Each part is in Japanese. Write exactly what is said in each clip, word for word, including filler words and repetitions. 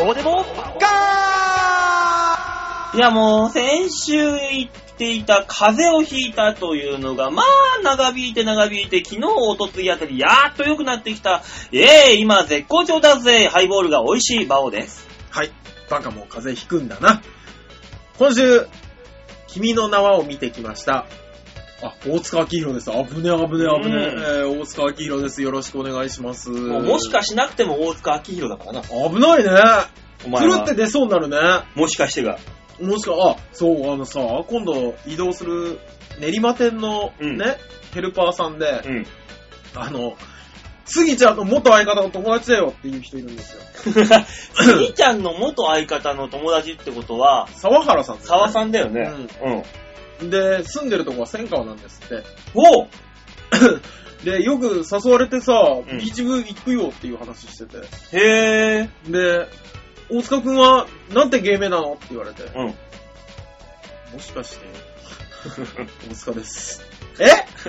こうでもガー。いやもう先週言っていた風邪をひいたというのがまあ長引いて長引いて昨日おとついあたりやっと良くなってきた。ええー、今絶好調だぜ。ハイボールが美味しいバオです。 はい、バカも風邪ひくんだな。今週君の名はを見てきました。あ、大塚明宏です。危ね危ね危ね、えー、大塚明宏です。よろしくお願いします。 もうもしかしなくても大塚明宏だからな。 危ないね。 お前は狂って出そうになるね。 もしかしてが。 もしか、あ、そう、あのさ、今度移動する練馬店のね、うん、ヘルパーさんで、うん、あの、スギちゃんの元相方の友達だよっていう人いるんですよ。 スギちゃんの元相方の友達ってことは、 沢原さん、ね。 沢さんだよね。うん。 うん、で、住んでるとこは千川なんですって。 おで、よく誘われてさ、うん、ビーチ部行くよっていう話してて。 へー。 で、大塚くんは、なんて芸名なのって言われて。うん。もしかして、大塚です。え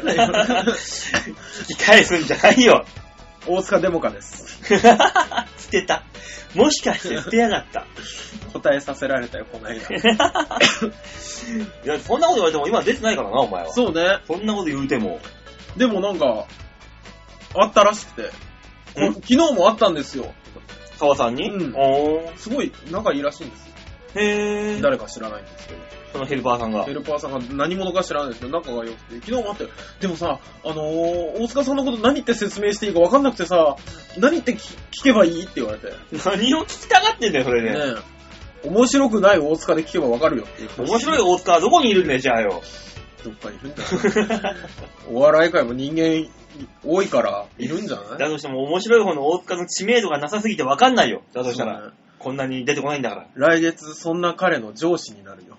聞き返すんじゃないよ。 大塚デモカです。 捨てた。もしかして捨てやがった。 答えさせられたよ、この間。いや、そんなこと言われても今出てないからな、お前は。 そうね。 そんなこと言うても。 でもなんか、あったらしくて。昨日もあったんですよ。 沢さんに？ うん。おー。すごい仲いいらしいんですよ。 へー。 誰か知らないんですけど。 そのヘルパーさんが。 ヘルパーさんが何者か知らないんですけど、仲が良くて。昨日もあったよ。でもさ、あのー、大塚さんのこと何って説明していいか分かんなくてさ、何って聞けばいいって言われて。 何を聞きたがってんだよ、それね。ねえ。面白くない大塚で聞けば分かるよっていう。 面白い大塚はどこにいるんだよ、じゃあよ。 どっかにいるんだよ。お笑い界も人間多いからいるんじゃない？ だとしても面白い方の大塚の知名度がなさすぎて分かんないよ。だとしたら、ね、こんなに出てこないんだから。 来月そんな彼の上司になるよ。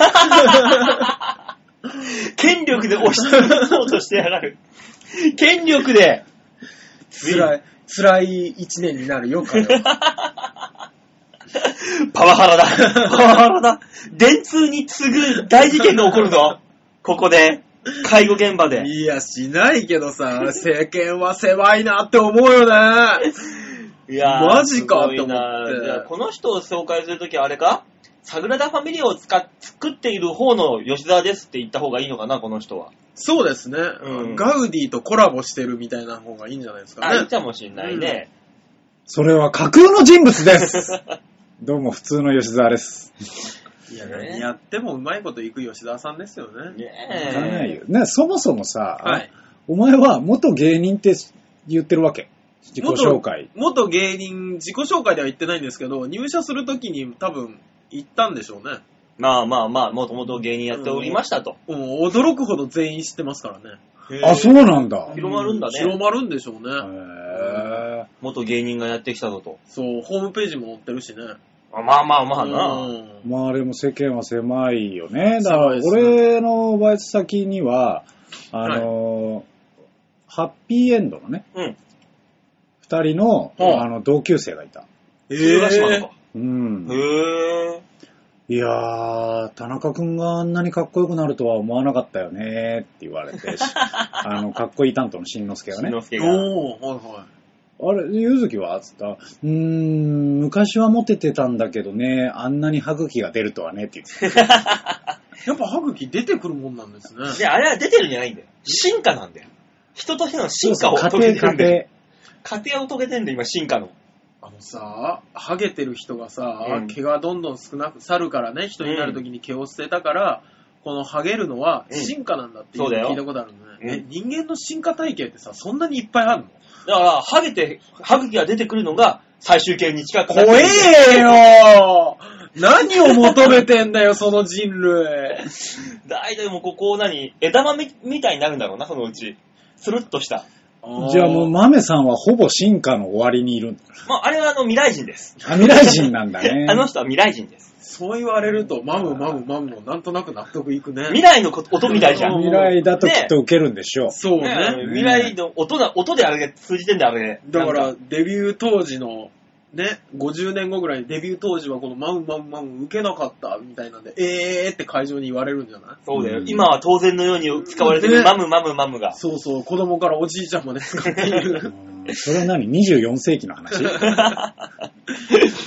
権力で押し潰そうとしてやがる。権力で辛い辛い一年になるよ、彼は。 パワハラだ。パワハラだ。電通に次ぐ大事件が起こるぞ。ここで。介護現場で。 いや、しないけどさ、世間は狭いなって思うよね。 いやマジかって思って。 じゃあこの人を紹介するときはあれか？サグラダ・ファミリアを使っ作っている方の吉沢ですって言った方がいいのかな、この人は。 そうですね。うん、ガウディとコラボしてるみたいな方がいいんじゃないですかね。 あ、いいかもしんないね。 うん、それは架空の人物です。どうも普通の吉沢です。 いや、何やってもうまいこといく吉沢さんですよね。 ねえ。 ないよね。そもそもさ、 はい、 お前は元芸人って言ってるわけ。自己紹介。 元、元芸人、自己紹介では言ってないんですけど、入社するときに多分言ったんでしょうね。 まあまあまあ、もともと芸人やっておりましたと。 うん、驚くほど全員知ってますからね。 あ、そうなんだ。 広まるんだね。 広まるんでしょうね。 へー。 元芸人がやってきたぞと。 そう、ホームページも載ってるしね。 あ、まあまあまあな。 うん、まあでも世間は狭いよね。だから俺のバイト先には、あのーはい、ハッピーエンドのね、うん、二人の、うん、あの同級生がいた。 えー、 うん。 へー。 いやー、田中くんがあんなにかっこよくなるとは思わなかったよねって言われて、あの、かっこいい担当のしんのすけがね。 しんのすけが。 おー、はいはい。 あれ、ゆずきはつったら、うーん、昔はモテてたんだけどね、あんなに歯茎が出るとはねって言ってた。 やっぱ歯茎出てくるもんなんですね。 いや、あれは出てるんじゃないんだよ。進化なんだよ。人としての進化を遂げてるんだよ。過程を遂げてるんだよ、今、進化の。 あのさ、ハゲてる人がさ、うん、毛がどんどん少なく、去るからね、人になるときに毛を捨てたから、うん、このハゲるのは進化なんだっていうのを聞いたことあるのね。うん、え、人間の進化体系ってさ、そんなにいっぱいあるの？ だから、ハゲて、歯茎が出てくるのが最終形に近くなって怖えよー何を求めてんだよ、その人類。 だいたいもうここ何枝豆みたいになるんだろうな、そのうち。スルッとした。 じゃあもう豆さんはほぼ進化の終わりにいるんだ。 まあ、あれはあの未来人です。 あ、未来人なんだね。 あの人は未来人です。 そう言われると、マムマムマムもなんとなく納得いくね。 未来の音みたいじゃん。 未来だときっと受けるんでしょう。ね、 そうね。 ね未来の音だ、音であれ通じてんだよ、あれ。 だから、デビュー当時の、ね、ごじゅうねんごぐらいデビュー当時はこのマウンマウンマウン受けなかったみたいなんで、えーって会場に言われるんじゃない？ そうだよ。今は当然のように使われてる、ね、マムマムマムが。 そうそう、子供からおじいちゃんまで使っている。 それは何？にじゅうよんせいきの話？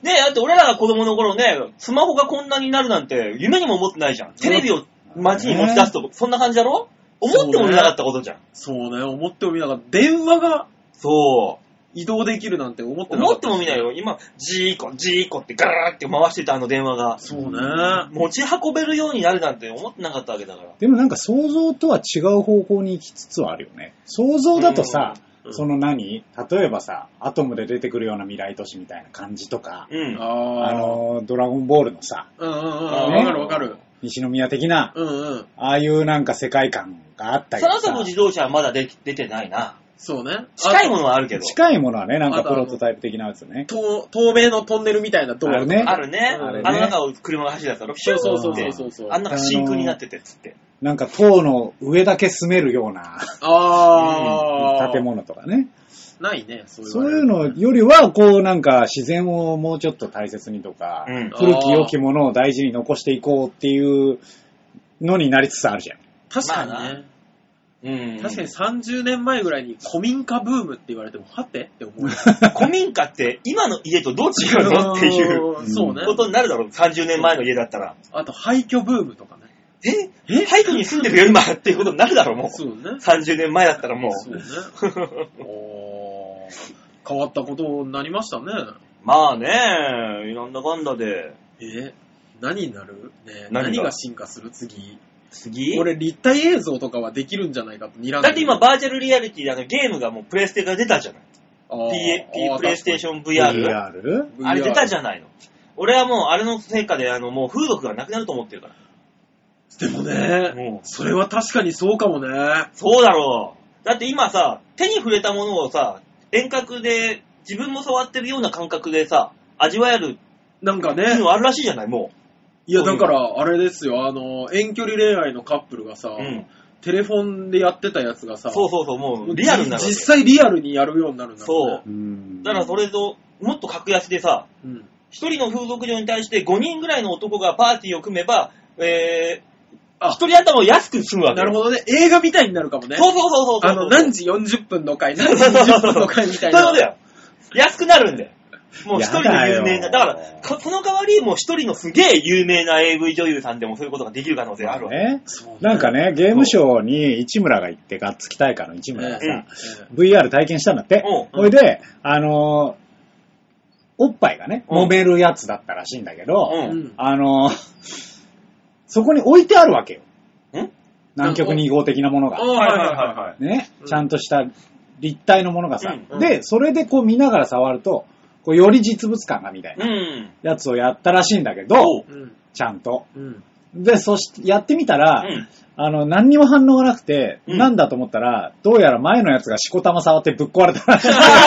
ねえ、だって俺らが子供の頃ね、スマホがこんなになるなんて夢にも思ってないじゃん。テレビを街に持ち出すと、そんな感じだろ？思ってもみなかったことじゃん。 そうね、そうね、思ってもみなかった。電話が、 そう。 移動できるなんて思ってなかった。 思ってもみないよ。今、ジーコ、ジーコってガーって回してたあの電話が。 そうね。 持ち運べるようになるなんて思ってなかったわけだから。 でもなんか想像とは違う方向に行きつつはあるよね。想像だとさ、うん、その何例えばさ、アトムで出てくるような未来都市みたいな感じとか、うん、あ, あの、ドラゴンボールのさ、 うんうんうん、わ、ね、かるわかる。 西宮的な、うんうん、ああいうなんか世界観があったりとか。 その後の自動車はまだ出てないな。 そうね。 近いものはあるけど。 近いものはね、なんかプロトタイプ的なやつね。 透明のトンネルみたいな道路ね。あるね。あるね。あの中を車が走るやつだろ。 そうそうそうそうそう。 あんな真空になってて、つって。 なんか塔の上だけ住めるような、 あ建物とかね。 ないね、そういう。 そういうのよりは、こうなんか自然をもうちょっと大切にとか、うん、古き良きものを大事に残していこうっていうのになりつつあるじゃん。 確かにね。うん、確かにさんじゅうねんまえぐらいに古民家ブームって言われても、はってって思う。 古民家って今の家とどう違うのっていうそうねことになるだろう。さんじゅうねんまえの家だったら。 あと廃墟ブームとかね。 ええ廃墟に住んでるよ今っていうことになるだろうもう。 そうね。 さんじゅうねんまえだったらもう。 そうね。お変わったことになりましたね。 まあね、いろんなかんだで。 え何になるね何が、何が進化する次。 次俺立体映像とかはできるんじゃないかと睨んでる。 だって今バーチャルリアリティであのゲームがもうプレステが出たじゃない。P、P、プレイステーション ブイアール? ブイアール? あれ出たじゃないの。俺はもうあれの成果であのもう風俗がなくなると思ってるから。 でもね、うん、それは確かにそうかもね。 そうだろう。だって今さ、手に触れたものをさ、遠隔で自分も触ってるような感覚でさ、味わえる。 なんかね。 っていうのあるらしいじゃない、もう。 いや、だから、あれですよ、あの、遠距離恋愛のカップルがさ、うん、テレフォンでやってたやつがさ、 そうそうそう、もうリアルになる。 実際リアルにやるようになるんだもんね。そう。だからそれと、もっと格安でさ、一、うん、人の風俗嬢に対してごにんぐらいの男がパーティーを組めば、えー、一人頭を安く済むわけ。 なるほどね。映画みたいになるかもね。 そうそうそうそうそう。 あの、何時よんじゅっぷんの回、何時にじゅっぷんの回みたいな。 そういうことだよ。安くなるんだよ。もう一人の有名な、だから、その代わりもう一人のすげえ有名な エーブイ 女優さんでもそういうことができる可能性があるわけ。ね、 なんかね、ゲームショーに市村が行って、ガッツキ大会の市村がさ、うん、ブイアール 体験したんだって。それで、あのー、おっぱいがね、揉めるやつだったらしいんだけど、うん、あのー、そこに置いてあるわけよ。ん南極に号的なものが。 はいはいはいはい。 ね、ちゃんとした立体のものがさ、うん、で、それでこう見ながら触ると、こうより実物感がみたいなやつをやったらしいんだけど、うん、ちゃんと、うん。で、そしてやってみたら、うん、あの、何にも反応がなくて、うん、なんだと思ったら、どうやら前のやつがしこたま触ってぶっ壊れたらし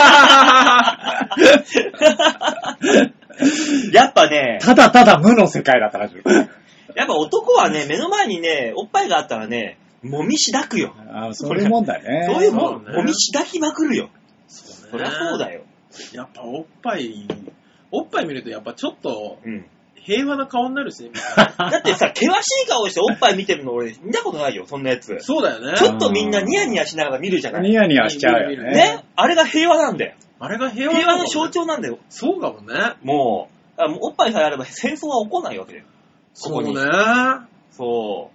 い。やっぱね、 ただただ無の世界だったらしい。 やっぱ男はね、目の前にね、おっぱいがあったらね、もみしだくよ。 ああ、そういうもんだね。 そういうもん、ね、もみしだきまくるよ。そうね。そりゃそうだよ。 やっぱおっぱい、おっぱい見るとやっぱちょっと、平和な顔になるしね。 だってさ、険しい顔しておっぱい見てるの俺見たことないよ、そんなやつ。 そうだよね。 ちょっとみんなニヤニヤしながら見るじゃない。 ニヤニヤしちゃうよね。 ね。あれが平和なんだよ。 あれが平和、 ね、平和の象徴なんだよ。 そうかもね。 もう、あもうおっぱいさえあれば戦争は起こらないわけだよ。 そうね。 そう。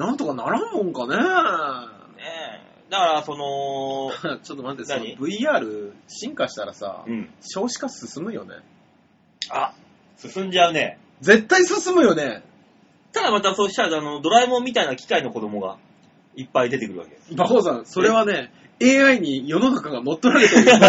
なんとかならんもんかね。 ねえ。だから、その、 ちょっと待って、その ブイアール 進化したらさ、うん、少子化進むよね。 あ、進んじゃうね。 絶対進むよね。 ただまたそうしたら、あの、ドラえもんみたいな機械の子供がいっぱい出てくるわけ。 バホーさん、それはね、エーアイ に世の中が乗っ取られてるよ。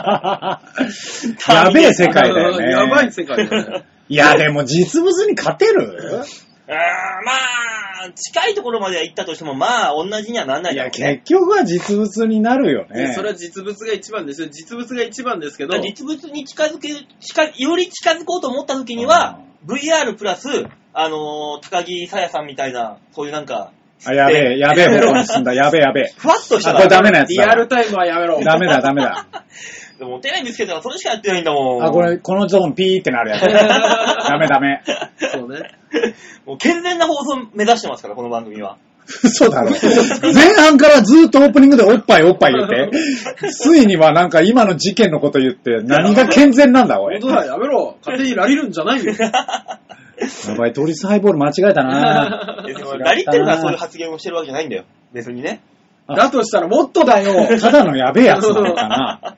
やべえ世界だよね。 やばい世界だよね。 いや、でも実物に勝てるあまあ、近いところまでは行ったとしても、まあ、同じにはなんないだろうね。 いや、結局は実物になるよね。 それは実物が一番ですよ。実物が一番ですけど。 実物に近づけ、近、より近づこうと思った時には、ブイアール プラス、あのー、高木さやさんみたいな、そういうなんか、 あ、やべえ、やべえ、方向に進んだ、やべえ、やべえ。 ふわっとした。 あ、これダメなやつだ。 リアルタイムはやめろ。 ダメだ、ダメだ。 でもテレビつけたらそれしかやってないんだもん。 あ、これ、このゾーンピーってなるやつ。ダメダメ。 そうね。 もう健全な放送目指してますから、この番組は。 嘘だろ。前半からずっとオープニングでおっぱいおっぱい言って、ついにはなんか今の事件のこと言って、何が健全なんだ、おい。 本当だ、やめろ。勝手にラリるんじゃないよ。 やばい、トリスハイボール間違えたな。 ラリってるからそういう発言をしてるわけじゃないんだよ。別にね。 だとしたらもっとだよ。 ただのやべえやつなのかな。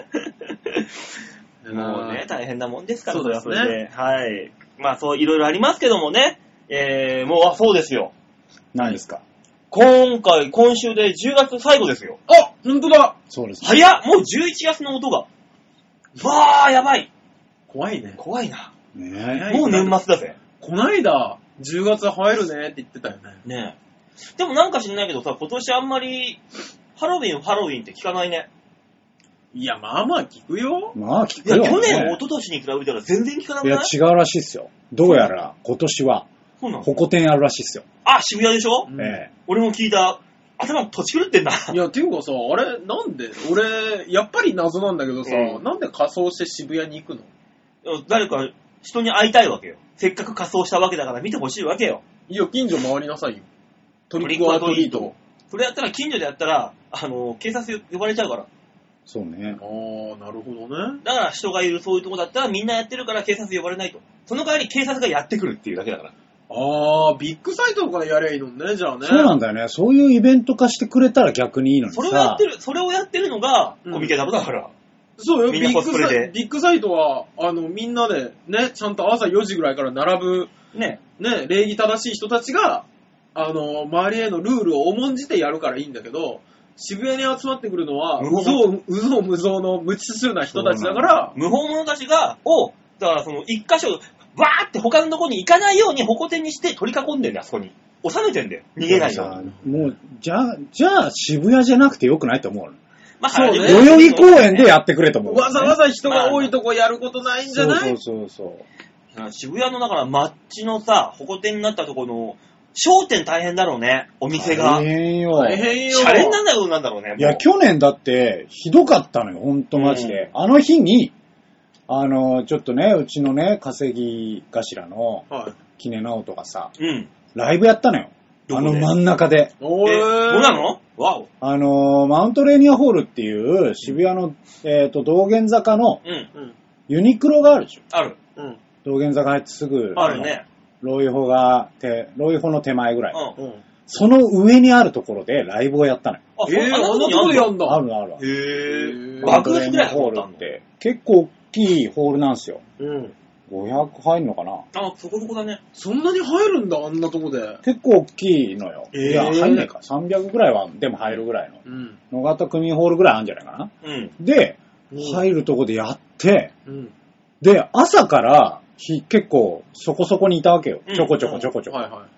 もうね、大変なもんですから、 そうですね。 それで。はい。まあそういろいろありますけどもね。えー、もう、あ、そうですよ。 何ですか？ 今回、今週でじゅうがつ最後ですよ。 あ、ほんとだ。 そうです、ね。 早っ！もうじゅういちがつの音が。わー、やばい。 怖いね。 怖いな。 ねもう年末だぜ。 こないだ、じゅうがつ入るねって言ってたよね。 ねえ。でもなんか知んないけどさ、今年あんまり、ハロウィン、ハロウィンって聞かないね。 いや、まあまあ聞くよ。 まあ聞くよ、ね。 いや、去年、一昨年に比べたら全然聞かなくない？ いや、違うらしいっすよ。どうやら今年は、 そうなの？ ホコ天あるらしいっすよ。 あ、渋谷でしょ？ うん、 ええ。 俺も聞いた。頭土地狂ってんな。 いや、ていうかさ、あれ、なんで俺、やっぱり謎なんだけどさ、うん、なんで仮装して渋谷に行くの？ 誰か人に会いたいわけよ。せっかく仮装したわけだから見てほしいわけよ。 いや、近所回りなさいよ。トリックオアトリート。 それやったら近所でやったら、あの、警察呼ばれちゃうから。 そうね。 ああ、なるほどね。 だから人がいるそういうとこだったらみんなやってるから警察呼ばれないと。その代わり警察がやってくるっていうだけだから。 ああ、ビッグサイトとかでやりゃいいのね、じゃあね。 そうなんだよね。そういうイベント化してくれたら逆にいいのにさ。 それをやってる、それをやってるのが、コミケダブだから。うん、 そうよ、ビッグサイト、ビッグサイトは、あの、みんなで、ね、ちゃんと朝よじぐらいから並ぶ、 ね、 ね、礼儀正しい人たちが、あの、周りへのルールを重んじてやるからいいんだけど、渋谷に集まってくるのは、うぞう、うぞうむぞうの無秩序な人たちだから、 無法者たちが、を、だからその一箇所、わーって他のところに行かないように矛手にして取り囲んでんだよ、あそこに。収めてんだよ。逃げないように。もう、じゃあ、じゃあ渋谷じゃなくてよくないと思うの。 まあ、 そうね。 代々木公園でやってくれと思う、ね。 わざわざ人が多いとこやることないんじゃない？ まあ、そうそうそうそう。渋谷のだから街のさ、矛手になったところの、商店大変だろうね、お店が。 大変よ。 大変よ。 シャレになんだろうなんだろうね。 いや、去年だってひどかったのよ、ほんとマジで。うん、あの日に、あの、ちょっとね、うちのね、稼ぎ頭の、キネナオトがさ、 うん、 ライブやったのよ。あの真ん中で。 おー。 え、どうなの？わお。 あの、マウントレーニアホールっていう渋谷の、えっと、道玄坂の、ユニクロがあるでしょ。 ある。 うん。 道玄坂入ってすぐ、 あるね。 ロイホが、て、ロイホの手前ぐらい。 うん。 その上にあるところでライブをやったのよ。 あ、 えー、あんなところでやんだ。 あるあるある。 へぇー。 マウントレーニアホールって結構大きいホールなんですよ。 うん。 ごひゃく入るのかな？ あ、そこそこだね。 そんなに入るんだ、あんなとこで。 結構大きいのよ。 えー、 いや、入んないか。さんびゃくぐらいはでも入るぐらいの。うん。野方区民ホールぐらいあるんじゃないかな。 うん。 で、入るとこでやって、 うん。 で、朝からひ結構そこそこにいたわけよ。ちょこちょこちょこちょこ。 はいはい。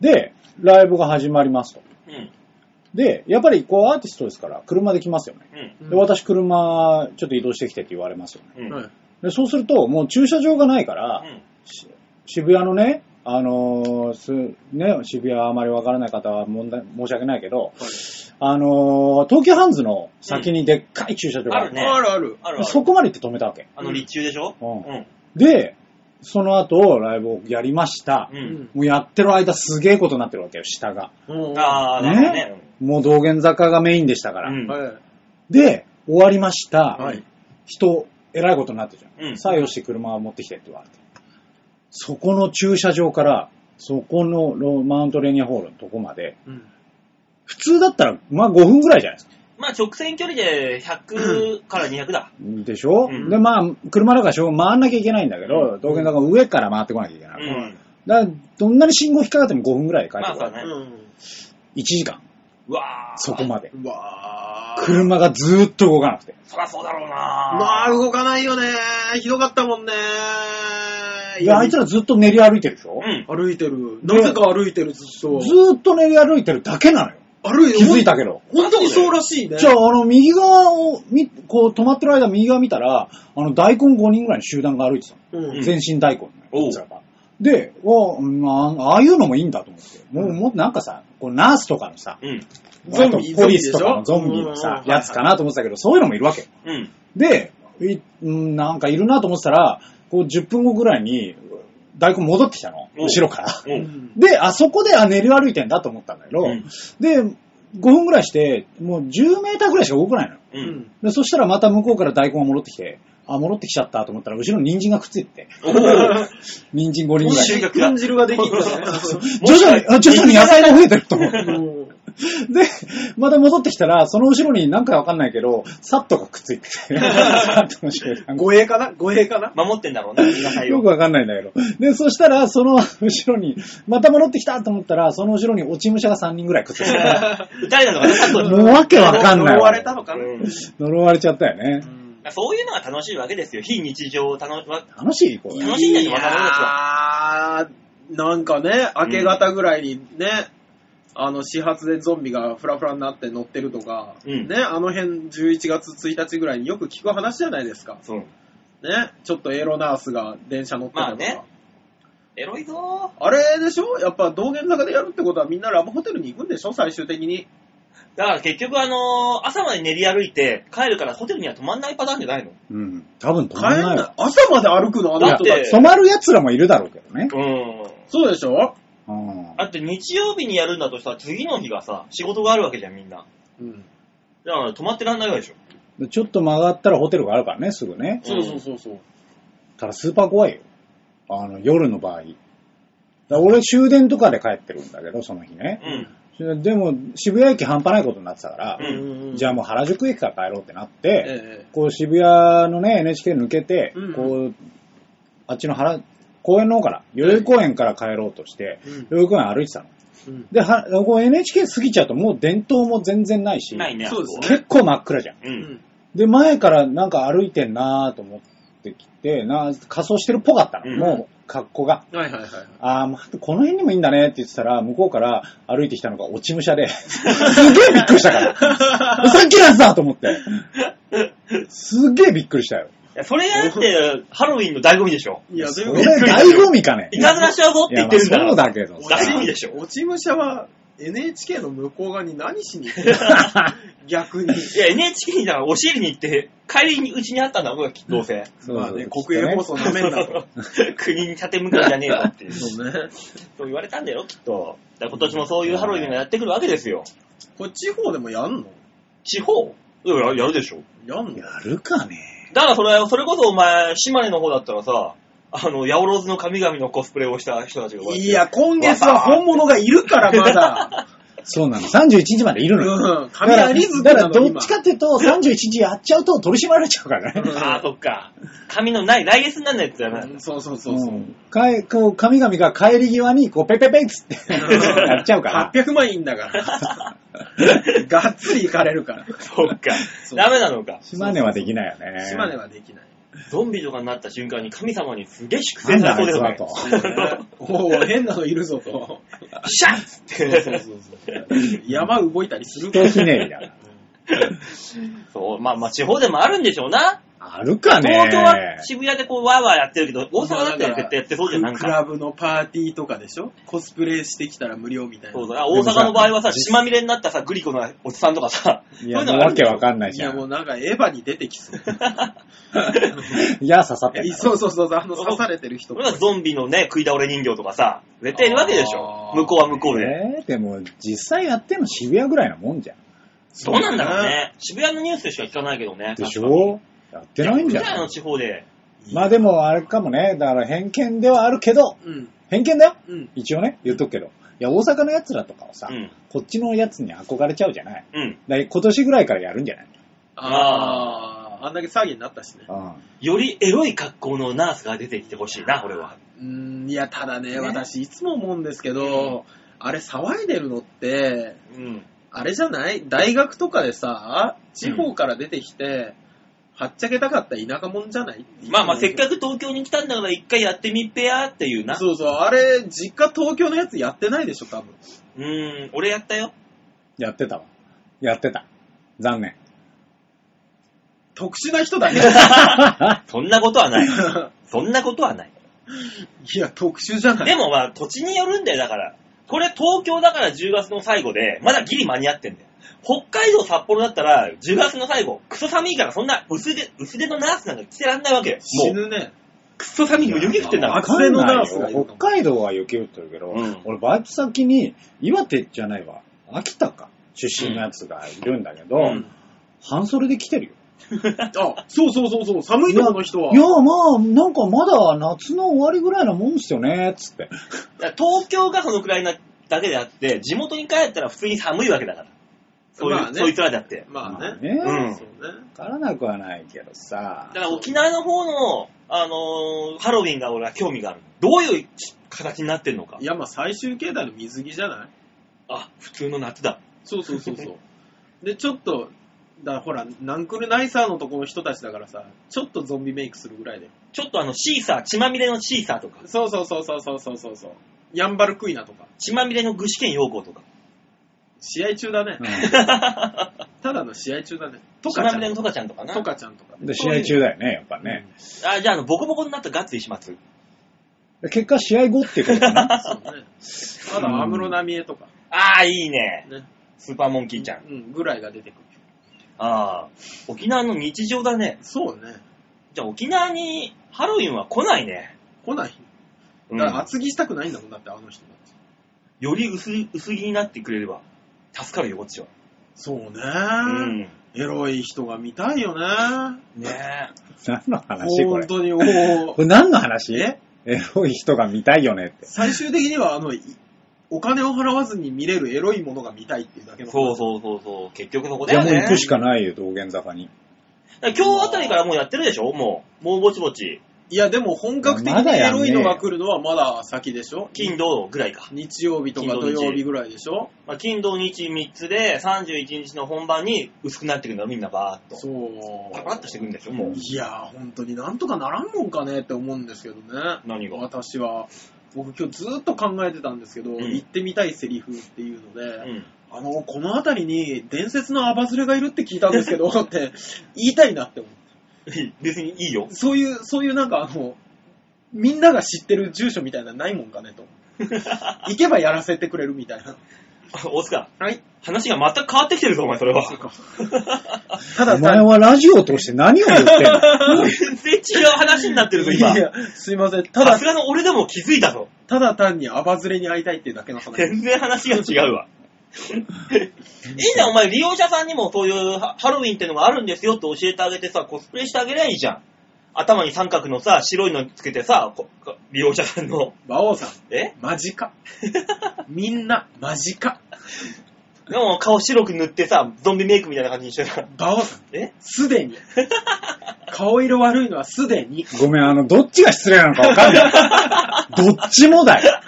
で、ライブが始まりますと。 うん。 で、やっぱりこうアーティストですから車で来ますよね。 うん。 で、私車ちょっと移動してきてって言われますよね。 うん。 で、そうするともう駐車場がないから、 うん、 渋谷のね、あのー、すね、渋谷あまりわからない方は問題申し訳ないけど、はい、あのー、東急ハンズの先にでっかい駐車場がある、 うん、あるね。あるある。 あるある。 そこまで行って止めたわけ。 あの立中でしょ、 うんうん、で、その後ライブをやりました。 うん、 もうやってる間すげえことになってるわけよ、下が。 うん、ああ、ね、ね。 もう道玄坂がメインでしたから。 うん、 で、終わりました。 はい、 人、えらいことになってるじゃん。 うん、 さあよして車を持ってきてって言われて。そこの駐車場から、そこのマウントレーニアホールのとこまで、うん、普通だったら、まあごふんぐらいじゃないですか。 まあ直線距離でひゃくからにひゃくだ。 でしょ、うん、で、まあ、車だからしょ回んなきゃいけないんだけど、道玄坂上から回ってこなきゃいけない。うん、だからどんなに信号引っかかってもごふんぐらいで帰ってこない。まあそうね。いちじかん。 うわー。 そこまで。 うわー。 車がずーっと動かなくて。 そりゃそうだろうなまあ動かないよねー。ひどかったもんねー。 いや、あいつらずっと練り歩いてるでしょ、 うん、歩いてる。なぜか歩いてる、ずっと。 ずーっと練り歩いてるだけなのよ。 歩いて気づいたけど。 本当にそうらしいね。 じゃあ、あの、右側をみ、こう、止まってる間、右側見たら、あの、大根ごにんぐらいの集団が歩いてたの。うん、全身大根のやつらが。で、あ、ああいうのもいいんだと思って。もう、もっとなんかさ、こうナースとかのさ、うん、ゾンビ、ポリスとかのゾンビのさ、やつかなと思ってたけど、そういうのもいるわけよ。 うん、 で、い、なんかいるなと思ってたら、こう、じゅっぷんごぐらいに、 大根戻ってきたの。後ろから。 うん、 で、あそこで、あ、練り歩いてんだと思ったんだけど、うん、で、ごふんぐらいして、もうじゅうメーターぐらいしか動かないの。うん、でそしたらまた向こうから大根が戻ってきて、あ、戻ってきちゃったと思ったら、後ろに人参がくっついてて。人参ご輪ぐらい。 豚汁ができるんだね。 徐々に、徐々に野菜が増えてると思う。で、また戻ってきたら、その後ろに何かわかんないけど、サットがくっついてて。サットの集団。 護衛かな護衛かな守ってんだろうな、 よくわかんないんだけど。で、そしたら、その後ろに、また戻ってきたと思ったら、その後ろに落ち武者がさんにんぐらいくっついてて。 撃たれたのかな、サットに。 もうわけわかんない。 呪われたのかな、 呪われちゃったよね。 そういうのが楽しいわけですよ。非日常を楽楽しいこれ楽しいんですよ、若者たちは。 あー、なんかね、明け方ぐらいにね、あの、始発でゾンビがフラフラになって乗ってるとか、うん、ね、あの辺じゅういちがつついたちぐらいによく聞く話じゃないですか。 そう。 ね、ちょっとエロナースが電車乗ってたとか。まあね。 エロいぞー。 あれでしょやっぱ道玄坂でやるってことはみんなラブホテルに行くんでしょ最終的に。 だから結局あのー、朝まで練り歩いて帰るからホテルには泊まんないパターンじゃないの？ うん。多分泊まんないわ。 朝まで歩くのあの人だって。 泊まる奴らもいるだろうけどね。 うん。 そうでしょ？ うん。 だって日曜日にやるんだとしたら次の日がさ、仕事があるわけじゃんみんな。うん。だから泊まってらんないわけでしょ。ちょっと曲がったらホテルがあるからね、すぐね。 そうそうそうそう。 ただスーパー怖いよ。あの、夜の場合。だ俺終電とかで帰ってるんだけど、その日ね。うん。でも、渋谷駅半端ないことになってたから、うん、じゃあもう原宿駅から帰ろうってなって、ええ、こう渋谷のね、エヌエイチケー 抜けて、うん、こう、あっちの原、公園の方から、代々木公園から帰ろうとして、うん、代々木公園歩いてたの。うん、で、はこう エヌエイチケー 過ぎちゃうともう電灯も全然ないし、 ないね、 そうですね、 結構真っ暗じゃん。 うん、 で、前からなんか歩いてんなーと思ってきて、な仮装してるっぽかったの、うん、もう格好が。 はいはいはい。 あー、この辺にもいいんだねって言ってたら、向こうから歩いてきたのが落ち武者で、すげえびっくりしたから。さっきのやつだと思って。すげえびっくりしたよ。 いやそれがだってハロウィンの醍醐味でしょ。 いや、 それ醍醐味かね。 いたずらしちゃうぞって言ってるんだから。 そうだけど。 醍醐味でしょ。 落ち武者は エヌエイチケー の向こう側に何しに行ってる逆に。 いや、エヌエイチケー にだから押し入りに行って、帰りにうちにあったんだ、僕はどうせ。 そうまあね、国営放送なめんなと。 国に盾向くんじゃねえよっていう。 そうね。 そう言われたんだよ、きっと。だから今年もそういうハロウィンがやってくるわけですよ。 これ地方でもやんの？ 地方？いや、やるでしょ。 やんの？ やるかね。 だからそれ、それこそお前、島根の方だったらさ、あの、ヤオロズの神々のコスプレをした人たちが。 いや、今月は本物がいるから、まだ。 そうなの。さんじゅういちにちまでいるのよ。 うん。神アリズムだから、どっちかっていうと、さんじゅういちにちやっちゃうと取り締まられちゃうからね。 ああ、そっか。神のない、来月になんないやつだよね。 そうそうそうそう。うん、 かえこう神々が帰り際に、こう、ペペペッつってやっちゃうから。 はっぴゃくまんいいんだから。がっつり行かれるから。 そっか。ダメなのか。 島根はできないよね。 島根はできない。 ゾンビとかになった瞬間に神様にすげえ粛清されそうだよね。 おお、変なのいるぞと。 シャッって。 そうそうそう山動いたりするから。ひねりだ。 そう、まあまあ地方でもあるんでしょうな。 あるかね。 東京は渋谷でこうワーワーやってるけど、大阪だったら絶対やってそうじゃん。なんかクラブのパーティーとかでしょコスプレしてきたら無料みたいな。 そうだ。大阪の場合はさ、血まみれになったさ、グリコのおじさんとかさ、 いや、そういうのわけわかんないじゃん。 いや、もうなんかエヴァに出てきそう。 いや、刺さってる。 そうそうそう、あの刺されてる人。 これはゾンビのね、食い倒れ人形とかさ、絶対いるわけでしょ。向こうは向こうで。 えー、でも、実際やってんの渋谷ぐらいなもんじゃん。 どうなんだろうね。渋谷のニュースでしか聞かないけどね。 でしょやってないんじゃん。 の地方で。 まあでもあれかもね、だから偏見ではあるけど、うん、偏見だよ、うん、一応ね、言っとくけど。いや、大阪のやつらとかはさ、うん、こっちのやつに憧れちゃうじゃない。うん、だ今年ぐらいからやるんじゃない？ ああ、あんだけ騒ぎになったしね。 よりエロい格好のナースが出てきてほしいな、俺は。 うーん、いや、ただね、ね私いつも思うんですけど、うん、あれ騒いでるのって、うん、あれじゃない大学とかでさ、地方から出てきて、うんはっちゃけたかった田舎者じゃない？ まあまあせっかく東京に来たんだから一回やってみっぺやっていうな。 そうそう、あれ実家東京のやつやってないでしょ多分。 うーん、俺やったよ。 やってたわ。やってた。残念。 特殊な人だね。 そんなことはない。そんなことはない。 いや特殊じゃない。 でもまあ土地によるんだよだから。これ東京だからじゅうがつの最後でまだギリ間に合ってんだよ。北海道札幌だったらじゅうがつの最後クソ寒いからそんな薄手薄手のナースなんか着てらんないわけよ。 死ぬね。 くっそ寒いにも雪降ってんだ。 厚手のダースがいるの。 北海道は雪降ってるけど、うん、俺バイト先に岩手じゃないわ、秋田か出身のやつがいるんだけど、うん、半袖で来てるよ。 あ、そうそうそうそう、寒いとこの人は。 いや、まあ、なんかまだ夏の終わりぐらいなもんですよね、つって。 東京がそのくらいなだけであって、地元に帰ったら普通に寒いわけだから。そういう、まあね、そいつらだって。 まあね。 ねうん。そうね。わからなくはないけどさ。 だから沖縄の方の、あのー、ハロウィンが俺は興味がある。どういう形になってんのか。 いや、まあ最終形態の水着じゃない？ あ、普通の夏だ。 そうそうそうそう。で、ちょっと、だからほら、ナンクルナイサーのとこの人たちだからさ、ちょっとゾンビメイクするぐらいで。 ちょっとあの、シーサー、血まみれのシーサーとか。 そうそうそうそうそうそうそう。ヤンバルクイナとか。 血まみれの具志堅用高とか。 試合中だね。うん、ただの試合中だね。 トカちゃん。血まみれのトカちゃんとかな。 トカちゃんとか、 ね。で、試合中だよね、やっぱね。 うん、あ、じゃあ、あの、ボコボコになったガッツ石松。 結果、試合後っていうことかな。そうね。まだ安室奈美恵とか。 ああ、いいね。ね。スーパーモンキーちゃん。 うん、ぐらいが出てくる。 ああ、沖縄の日常だね。 そうね。 じゃあ沖縄にハロウィンは来ないね。 来ない。だから厚着したくないんだもん、だってあの人たち。 より薄薄着になってくれれば助かるよ、こっちは。 そうね、うん。エロい人が見たいよね。 ねえ。 何の話これ。 本当に、おー。 これ何の話？エロい人が見たいよねって。 最終的には、あの、お金を払わずに見れるエロいものが見たいっていうだけの。 そうそうそうそう。結局そこだよね。 じゃあもう行くしかないよ、道玄坂に。 今日あたりからもうやってるでしょもう。もうぼちぼち。 いや、でも本格的にエロいのが来るのはまだ先でしょ。 金土ぐらいか。 日曜日とか土曜日ぐらいでしょ。 まあ、金土日みっつでさんじゅういちにちの本番に薄くなってくるのみんなバーっと。 そう。 パパッとしてくるんでしょもう。 いやー、本当になんとかならんもんかねって思うんですけどね。 何が？ 私は。僕今日ずーっと考えてたんですけど、うん、言ってみたいセリフっていうので、うん、あの、この辺りに伝説のアバズレがいるって聞いたんですけど、って言いたいなって思って。 別にいいよ。 そういう、そういうなんかあの、みんなが知ってる住所みたいなのないもんかねと。行けばやらせてくれるみたいな。 大塚。 はい。 話が全く変わってきてるぞ、お前、それは。 ただ、お前はラジオを通して何を言ってんの？ 全然違う話になってるぞ、今。 いや、すいません。ただ、 さすがの俺でも気づいたぞ。 ただ単にアバズレに会いたいっていうだけの話。 全然話が違うわ。いいね、お前、利用者さんにもそういうハロウィンってのがあるんですよって教えてあげてさ、コスプレしてあげりゃいいじゃん。頭に三角のさ、白いのつけてさ、利用者さんの。 馬王さん。 え？ 間近。みんな、間近。 でも顔白く塗ってさ、ゾンビメイクみたいな感じにしてた。 馬王さん。え？すでに。顔色悪いのはすでに。 ごめん、あの、どっちが失礼なのかわかんない。どっちもだよ。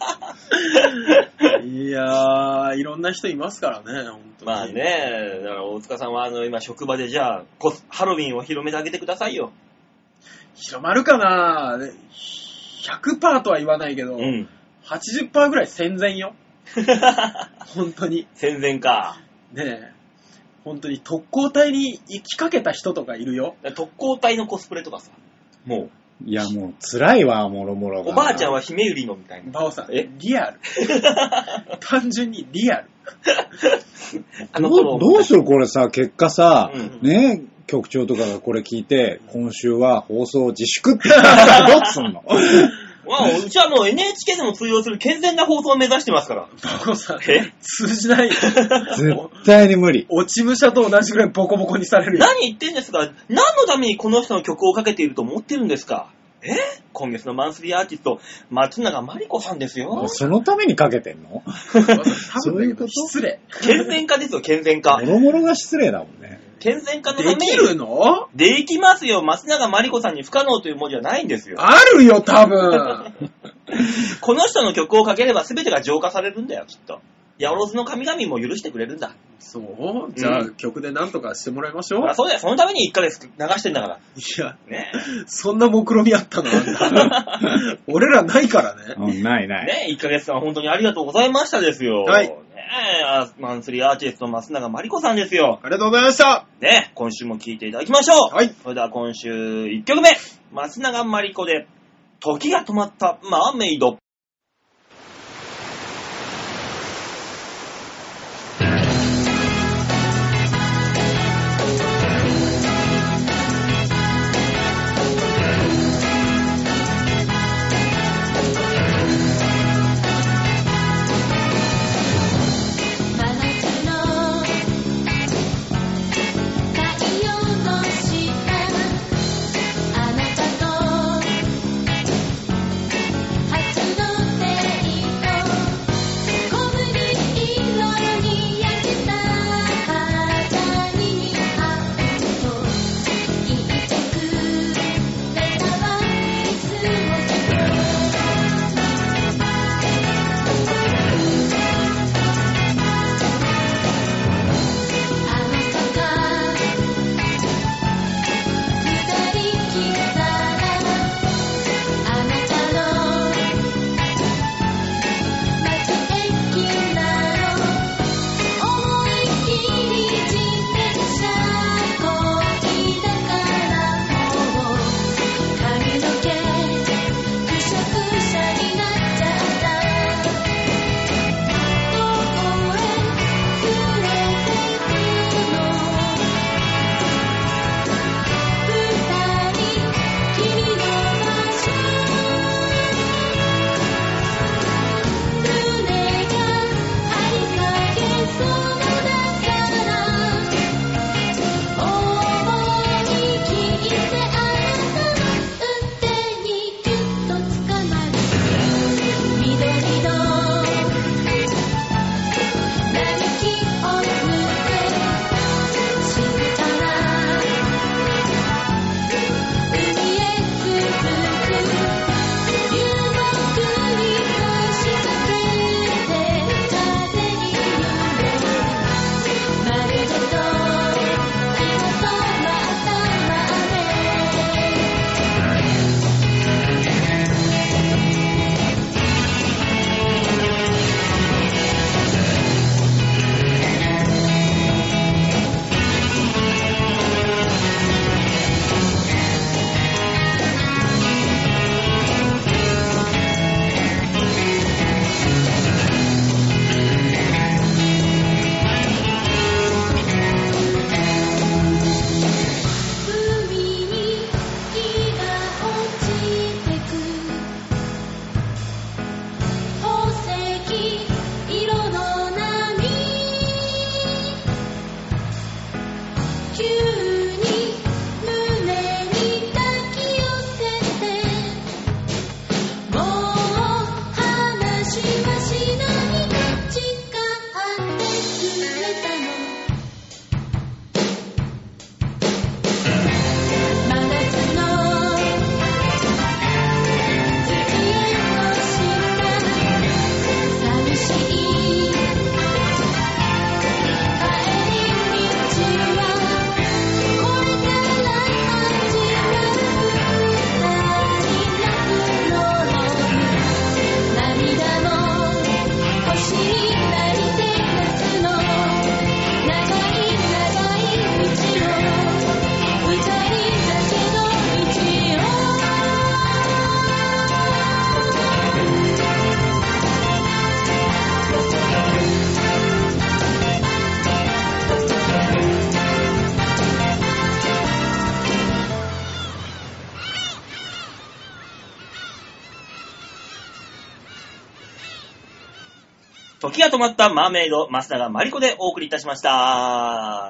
いやー、いろんな人いますからね、本当に。 まあね、だから大塚さんはあの、今職場でじゃあ、ハロウィンを広めてあげてくださいよ。 広まるかな ?ひゃくパーセント とは言わないけど、うん、はちじゅっパーセント ぐらい戦前よ。本当に。 戦前か。 ねえ。本当に特攻隊に行きかけた人とかいるよ。 特攻隊のコスプレとかさ。もう。 いやもう辛いわ、もろもろが。 おばあちゃんは姫百合のみたいな。 バオさん、えリアル。単純にリアル。 あのどう、どうするこれさ、結果さ、うんうん、ね局長とかがこれ聞いて、今週は放送自粛って言ったらどうすんの？ わあ、うちはもう エヌエイチケー でも通用する健全な放送を目指してますから。 バコさん、え通じないよ。 絶対に無理。 落ち武者と同じぐらいボコボコにされるよ。 何言ってんですか？何のためにこの人の曲をかけていると思ってるんですか？え今月のマンスリーアーティスト、松永まりこさんですよ。 そのためにかけてんの？ そういうこと？失礼。 健全化ですよ、健全化。 もろもろが失礼だもんね。 健全化のために。 できるの？ できますよ。松永まりこさんに不可能という文字はないんですよ。 あるよ、多分。 この人の曲をかければ全てが浄化されるんだよ、きっと。ヤオロズの神々も許してくれるんだ。 そうじゃあ、うん、曲で何とかしてもらいましょう。 あ、そうだよ。そのためにいっかげつ流してんだから。 いや、 ね、 そんな目論みあったのあんた。俺らないからね。 うん、ないない。 ね、いっかげつかん本当にありがとうございましたですよ。 はい。 ね、マンスリーアーティスト松永まりこさんですよ。 ありがとうございました。 ね、今週も聴いていただきましょう。 はい。 それでは今週いっきょくめ、松永まりこで、時が止まったマーメイド。 時が止まったマーメイド、増永まりこでお送りいたしました。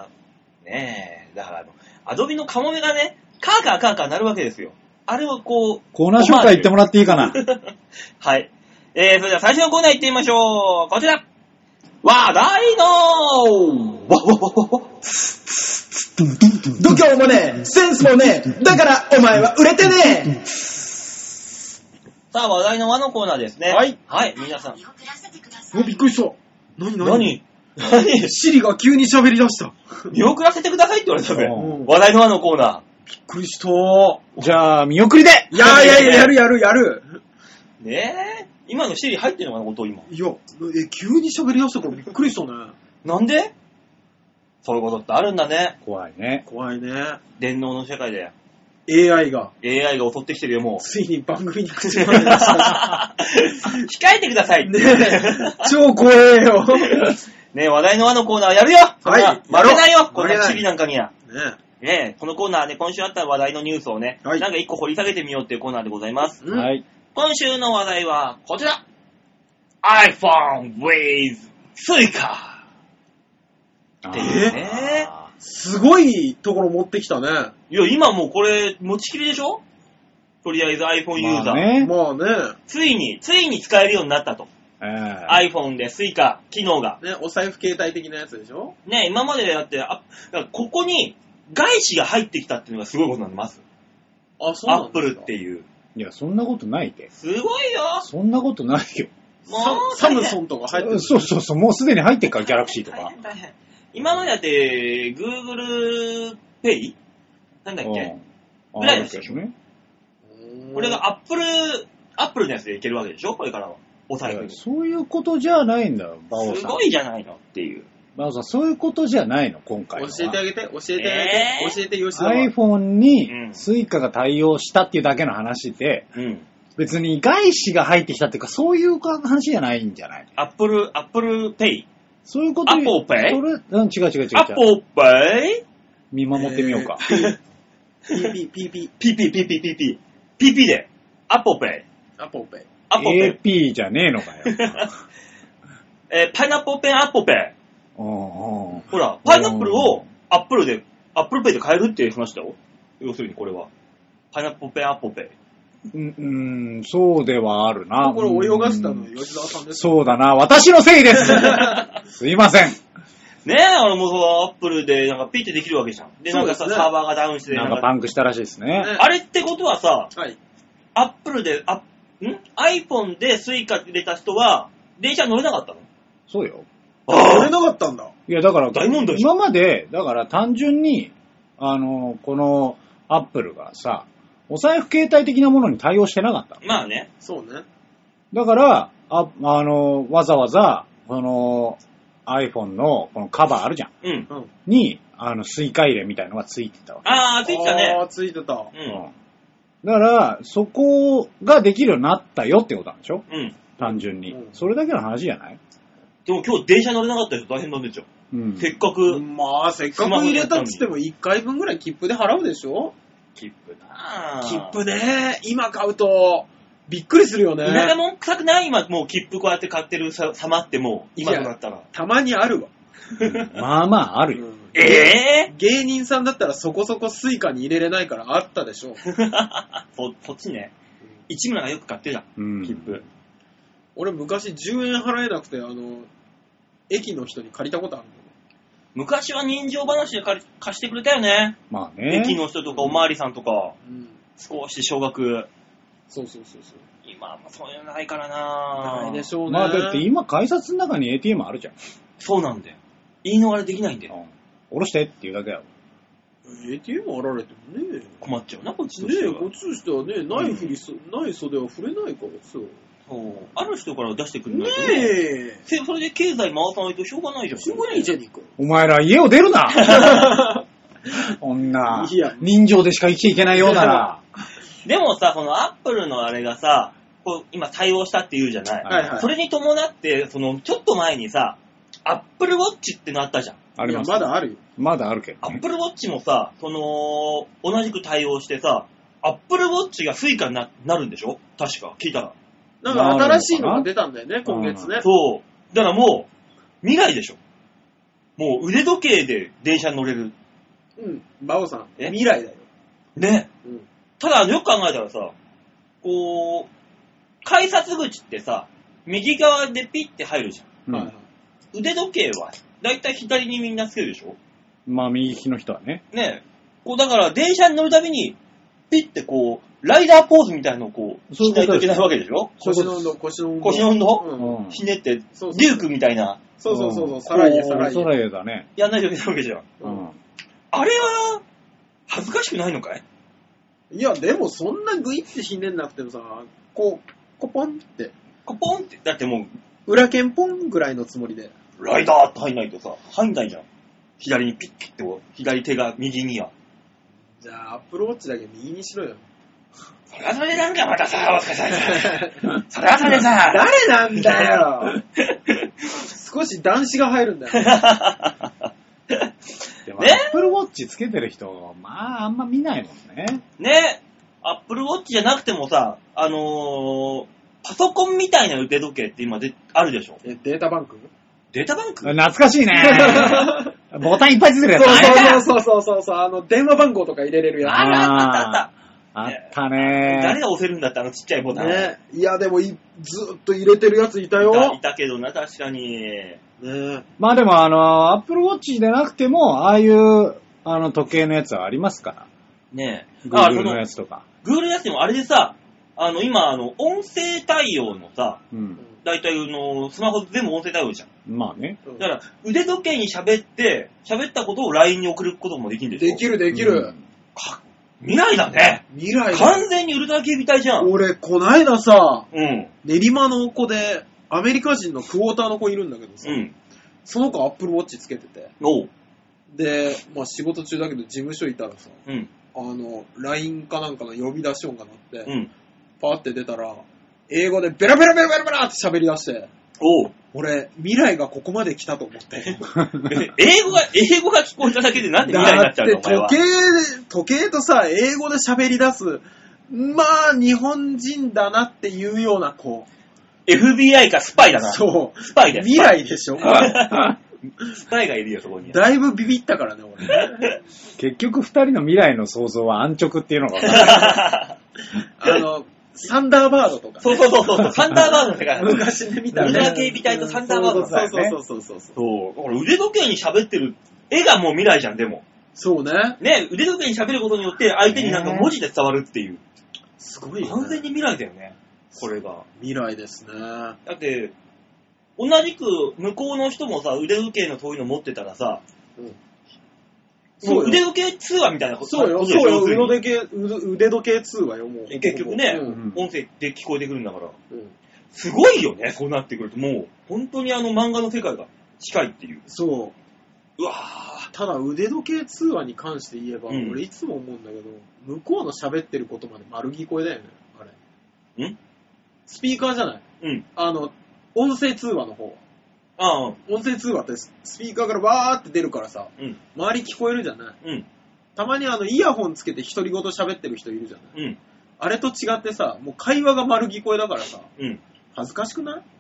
ねえ、だからあの、アドビのカモメがね、カーカーカーカーなるわけですよ。あれをこう、 コーナー紹介言ってもらっていいかな。 はい。えー、それでは最初のコーナー行ってみましょう。こちら。話題のわわわわわ度胸もねえ、センスもねえ、だからお前は売れてねえ。 さあ、話題の輪のコーナーですね。 はい。 はい、皆さん。 お、びっくりした。何何何何シリが急に喋り出した。 見送らせてくださいって言われたべ。話題の輪のコーナー。 びっくりした。 じゃあ、見送りでいやいやいや、やるやるやる。 ねえ。今のシリ入ってんのかな、音今。 いや、え、急に喋り出したからびっくりしたね。 なんでそういうことってあるんだね。 怖いね。 怖いね。 電脳の世界で。 エーアイ が。 エーアイ が襲ってきてるよ、もう。 ついに番組に口が出ました。 控えてください。 ねえ。超怖えよ。 ねえ、話題の輪のコーナーやるよ。 はい。 負けないよ、こんなシリなんかには。 ねえ。ねえ、このコーナーね、今週あった話題のニュースをね、はい、なんか一個掘り下げてみようっていうコーナーでございます。 うん、はい。 今週の話題はこちら。iPhone with Suica。っていうね。 すごいところ持ってきたね。 いや、今もうこれ持ちきりでしょ？とりあえず iPhone ユーザー。まあね。まあね。 ついに、ついに使えるようになったと。えー、iPhone で Suica 機能が。 ね、お財布携帯的なやつでしょ？ ね、今までだって、あ、ここに外資が入ってきたっていうのがすごいことなんです。 あ、そうなんですか？ Apple っていう。 いや、そんなことないで。 すごいよ。 そんなことないよ。 もうサムソンとか入ってる。 そうそうそう、もうすでに入ってるから、ギャラクシーとか。 大変大変。今までだって、Google Pay? なんだっけぐらいですよね。これが Apple、Apple のやつでいけるわけでしょこれからは。お財布。 そういうことじゃないんだよ、バオさん。 すごいじゃないのっていう。 バオさん、そういうことじゃないの、今回は。 教えてあげて、教えてあげて、えー、教えて吉田は。 iPhone に Suica が対応したっていうだけの話で、うん、別に外資が入ってきたっていうか、そういう話じゃないんじゃない？ Apple、Apple Pay？ そういうこと言う。 Apple Pay？ それ、うん、違う違う違う違う。 Apple Pay？ 見守ってみようか。 ピーピー、ピーピー、 ピーピー、ピーピー、ピーピー、ピーピーで、Apple Pay。 Apple Pay。 エーピー じゃねえのかよ。 えー、パイナップルペン、アップルペイ。ほら、パイナップルをアップルで、アップルペイで買えるっていう話だよ。要するにこれは。パイナップルペン、アップルペイ。 うん、うん、そうではあるな。 これ泳がせたの吉沢さんです。 そうだな、私のせいです。すいません。 ねえ、あれもそう、アップルでなんかピッてできるわけじゃん。で、なんかさ、ね、サーバーがダウンしてなんかパンクしたらしいですね。ねあれってことはさ、 はい、 アップルで、あ、ん ?iPhone でスイカ入れた人は、電車乗れなかったの？ そうよ。 乗れなかったんだ。 いや、だから、 大問題今まで、だから単純に、あの、このアップルがさ、お財布携帯的なものに対応してなかった。 まあね。 そうね。 だから、あ、あの、わざわざ、この iPhone のこのカバーあるじゃん。 うん。 に、あの、スイカ入れみたいのがついてたわけ。 ああ、ついてたね。 ああ、ついてた。うん。 だから、そこができるようになったよってことなんでしょ？ うん。 単純に。 うん、 それだけの話じゃない？ でも今日電車乗れなかった人大変なんでしょ。うん。せっかく。 まあ、せっかく入れたっつってもいっかいぶんぐらい切符で払うでしょ？ 切符なぁ。 切符ね。今買うと、びっくりするよね。 田舎もん臭くない今もう切符こうやって買ってるさ、様ってもう、今となったら。 たまにあるわ。 まあまああるよ。うん、 えぇ、 ー、芸人さんだったらそこそこスイカに入れれないからあったでしょ。 そ、そっちね。市村がよく買ってた、うん、切符。 俺昔じゅうえん払えなくて、あの、駅の人に借りたことあるの。 昔は人情話で借り貸してくれたよね。 まあね。 駅の人とかおまわりさんとか、うん、少し少額。 そうそうそうそう。 今はそういうのないからなぁ。 ないでしょうね。 まあだって今改札の中に エーティーエム あるじゃん。 そうなんだよ。言い逃れできないんだよ。うん、 下ろしてっていうだけだよ。 エーティーエム あられてもね。 困っちゃうな、こっちとしては。ねえ、こっちとしてはね、ないふり、うん、ない袖は触れないからさ。 そう。ある人から出してくんないとね。ねえ。 それで経済回さないとしょうがないじゃん。 しょうがないじゃねえか。 お前ら家を出るな女。人情でしか生きていけないようなら。 でもさ、このアップルのあれがさ、こう今対応したって言うじゃない。 はいはい。 それに伴って、その、ちょっと前にさ、アップルウォッチってのあったじゃん。 あります。 まだあるよ。 まだあるけど、ね。 アップルウォッチもさ、その、同じく対応してさ、アップルウォッチがスイカに な, なるんでしょ確か、聞いたら。 なんか新しいのが出たんだよね、今月ね。 そう。だからもう、未来でしょ。もう腕時計で電車に乗れる。 うん、バオさん、未来だよ。 ね。うん、ただ、よく考えたらさ、こう、改札口ってさ、右側でピッて入るじゃん。うん、腕時計は、だいたい左にみんなつけるでしょ。 まあ、右利きの人はね。 ねえ。こう、だから、電車に乗るたびに、ピッてこう、ライダーポーズみたいなのをこう、しないといけないわけでしょ。 腰の運動、腰の運動。 腰の運動、うん、ひねって、そうそうデュークみたいな。 そうそうそうそう、サライエ、サライエ。 サライエだね。 やんないといけないわけじゃん。うん、あれは、恥ずかしくないのかい？ いや、でもそんなグイってひねんなくてもさ、こう、コポンって。 コポンって、だってもう、裏剣ポンぐらいのつもりで。 ライダーって入んないとさ、入んないじゃん。左にピッてこう、左手が右には。 じゃあ、アップルウォッチだけ右にしろよ。 それはそれなんかまたさ、お疲れ様です。それはそれさ、 誰なんだよ。少し男子が入るんだよ。 でも、ね、アップルウォッチつけてる人、まあ、あんま見ないもんね。 ね。アップルウォッチじゃなくてもさ、あのー、パソコンみたいな腕時計って今であるでしょ。 え、データバンク？ データバンク？ 懐かしいね。ボタンいっぱいついてるやつ。 そうそうそうそう、あの、電話番号とか入れれるやつ。 あったあったあった。 あったね。 誰が押せるんだってあのちっちゃいボタン。 ね。いやでもいずっと入れてるやついたよ。 いた、いたけどな、確かに。 ね。 まあでもあの、アップルウォッチでなくても、ああいう、あの、時計のやつはありますから。 ねえ。 Google のやつとか。 Google のやつでもあれでさ、あの、今、あの、音声対応のさ、うん。だいたいあの、スマホ全部音声対応じゃん。 まあね。 だから、腕時計に喋って、喋ったことを ライン に送ることもできるんでしょ。 できるできる。うん、 か未来だね。 未来だ。 完全にウルトラ警備隊じゃん。 俺、こないださ、 うん。 練馬の子で、アメリカ人のクォーターの子いるんだけどさ、うん。その子アップルウォッチつけてて。 おう。 で、まあ仕事中だけど事務所いたらさ、 うん。 あの、ライン かなんかの呼び出し音が鳴って、 うん。 パーって出たら、英語でベラベラベラベラベラって喋り出して、 おう。 俺、未来がここまで来たと思って。 英語が、英語が聞こえただけでなんで未来になっちゃうの？ だって時計、時計とさ、英語で喋り出す、まあ、日本人だなっていうような子。 エフビーアイ かスパイだな。 そう。 スパイだよ。 未来でしょ。 スパイがいるよ、そこに。 だいぶビビったからね、俺。 結局二人の未来の想像は安直っていうのが分かる。 あの、サンダーバードとか、ね。 そうそうそうそう。サンダーバードの世界。 昔ね、見たね。 ウルトラ警備隊とサンダーバードの世界、ね。 そうそうそうそうそう。 そう。だから腕時計に喋ってる絵がもう未来じゃん、でも。 そうね。 ね、腕時計に喋ることによって相手になんか文字で伝わるっていう。 すごいよ、ね。 完全に未来だよね。これが。 未来ですね。 だって、同じく向こうの人もさ、腕時計のそういうの持ってたらさ、うん、そう腕時計通話みたいなことそうよ、そうよ、腕時計、腕時計通話よ、もう。 結局ね、うん、音声で聞こえてくるんだから、うん。すごいよね、そうなってくると。もう、本当にあの漫画の世界が近いっていう。 そう。 うわぁ。 ただ腕時計通話に関して言えば、うん、俺いつも思うんだけど、向こうの喋ってることまで丸聞こえだよね、あれ。 んスピーカーじゃない？ うん。 あの、音声通話の方。 ああ。 音声通話ってスピーカーからバーって出るからさ、 うん、 周り聞こえるじゃない？ うん。 たまにあの、イヤホンつけて独り言喋ってる人いるじゃない？ うん。 あれと違ってさ、もう会話が丸聞こえだからさ、 うん。 恥ずかしくない？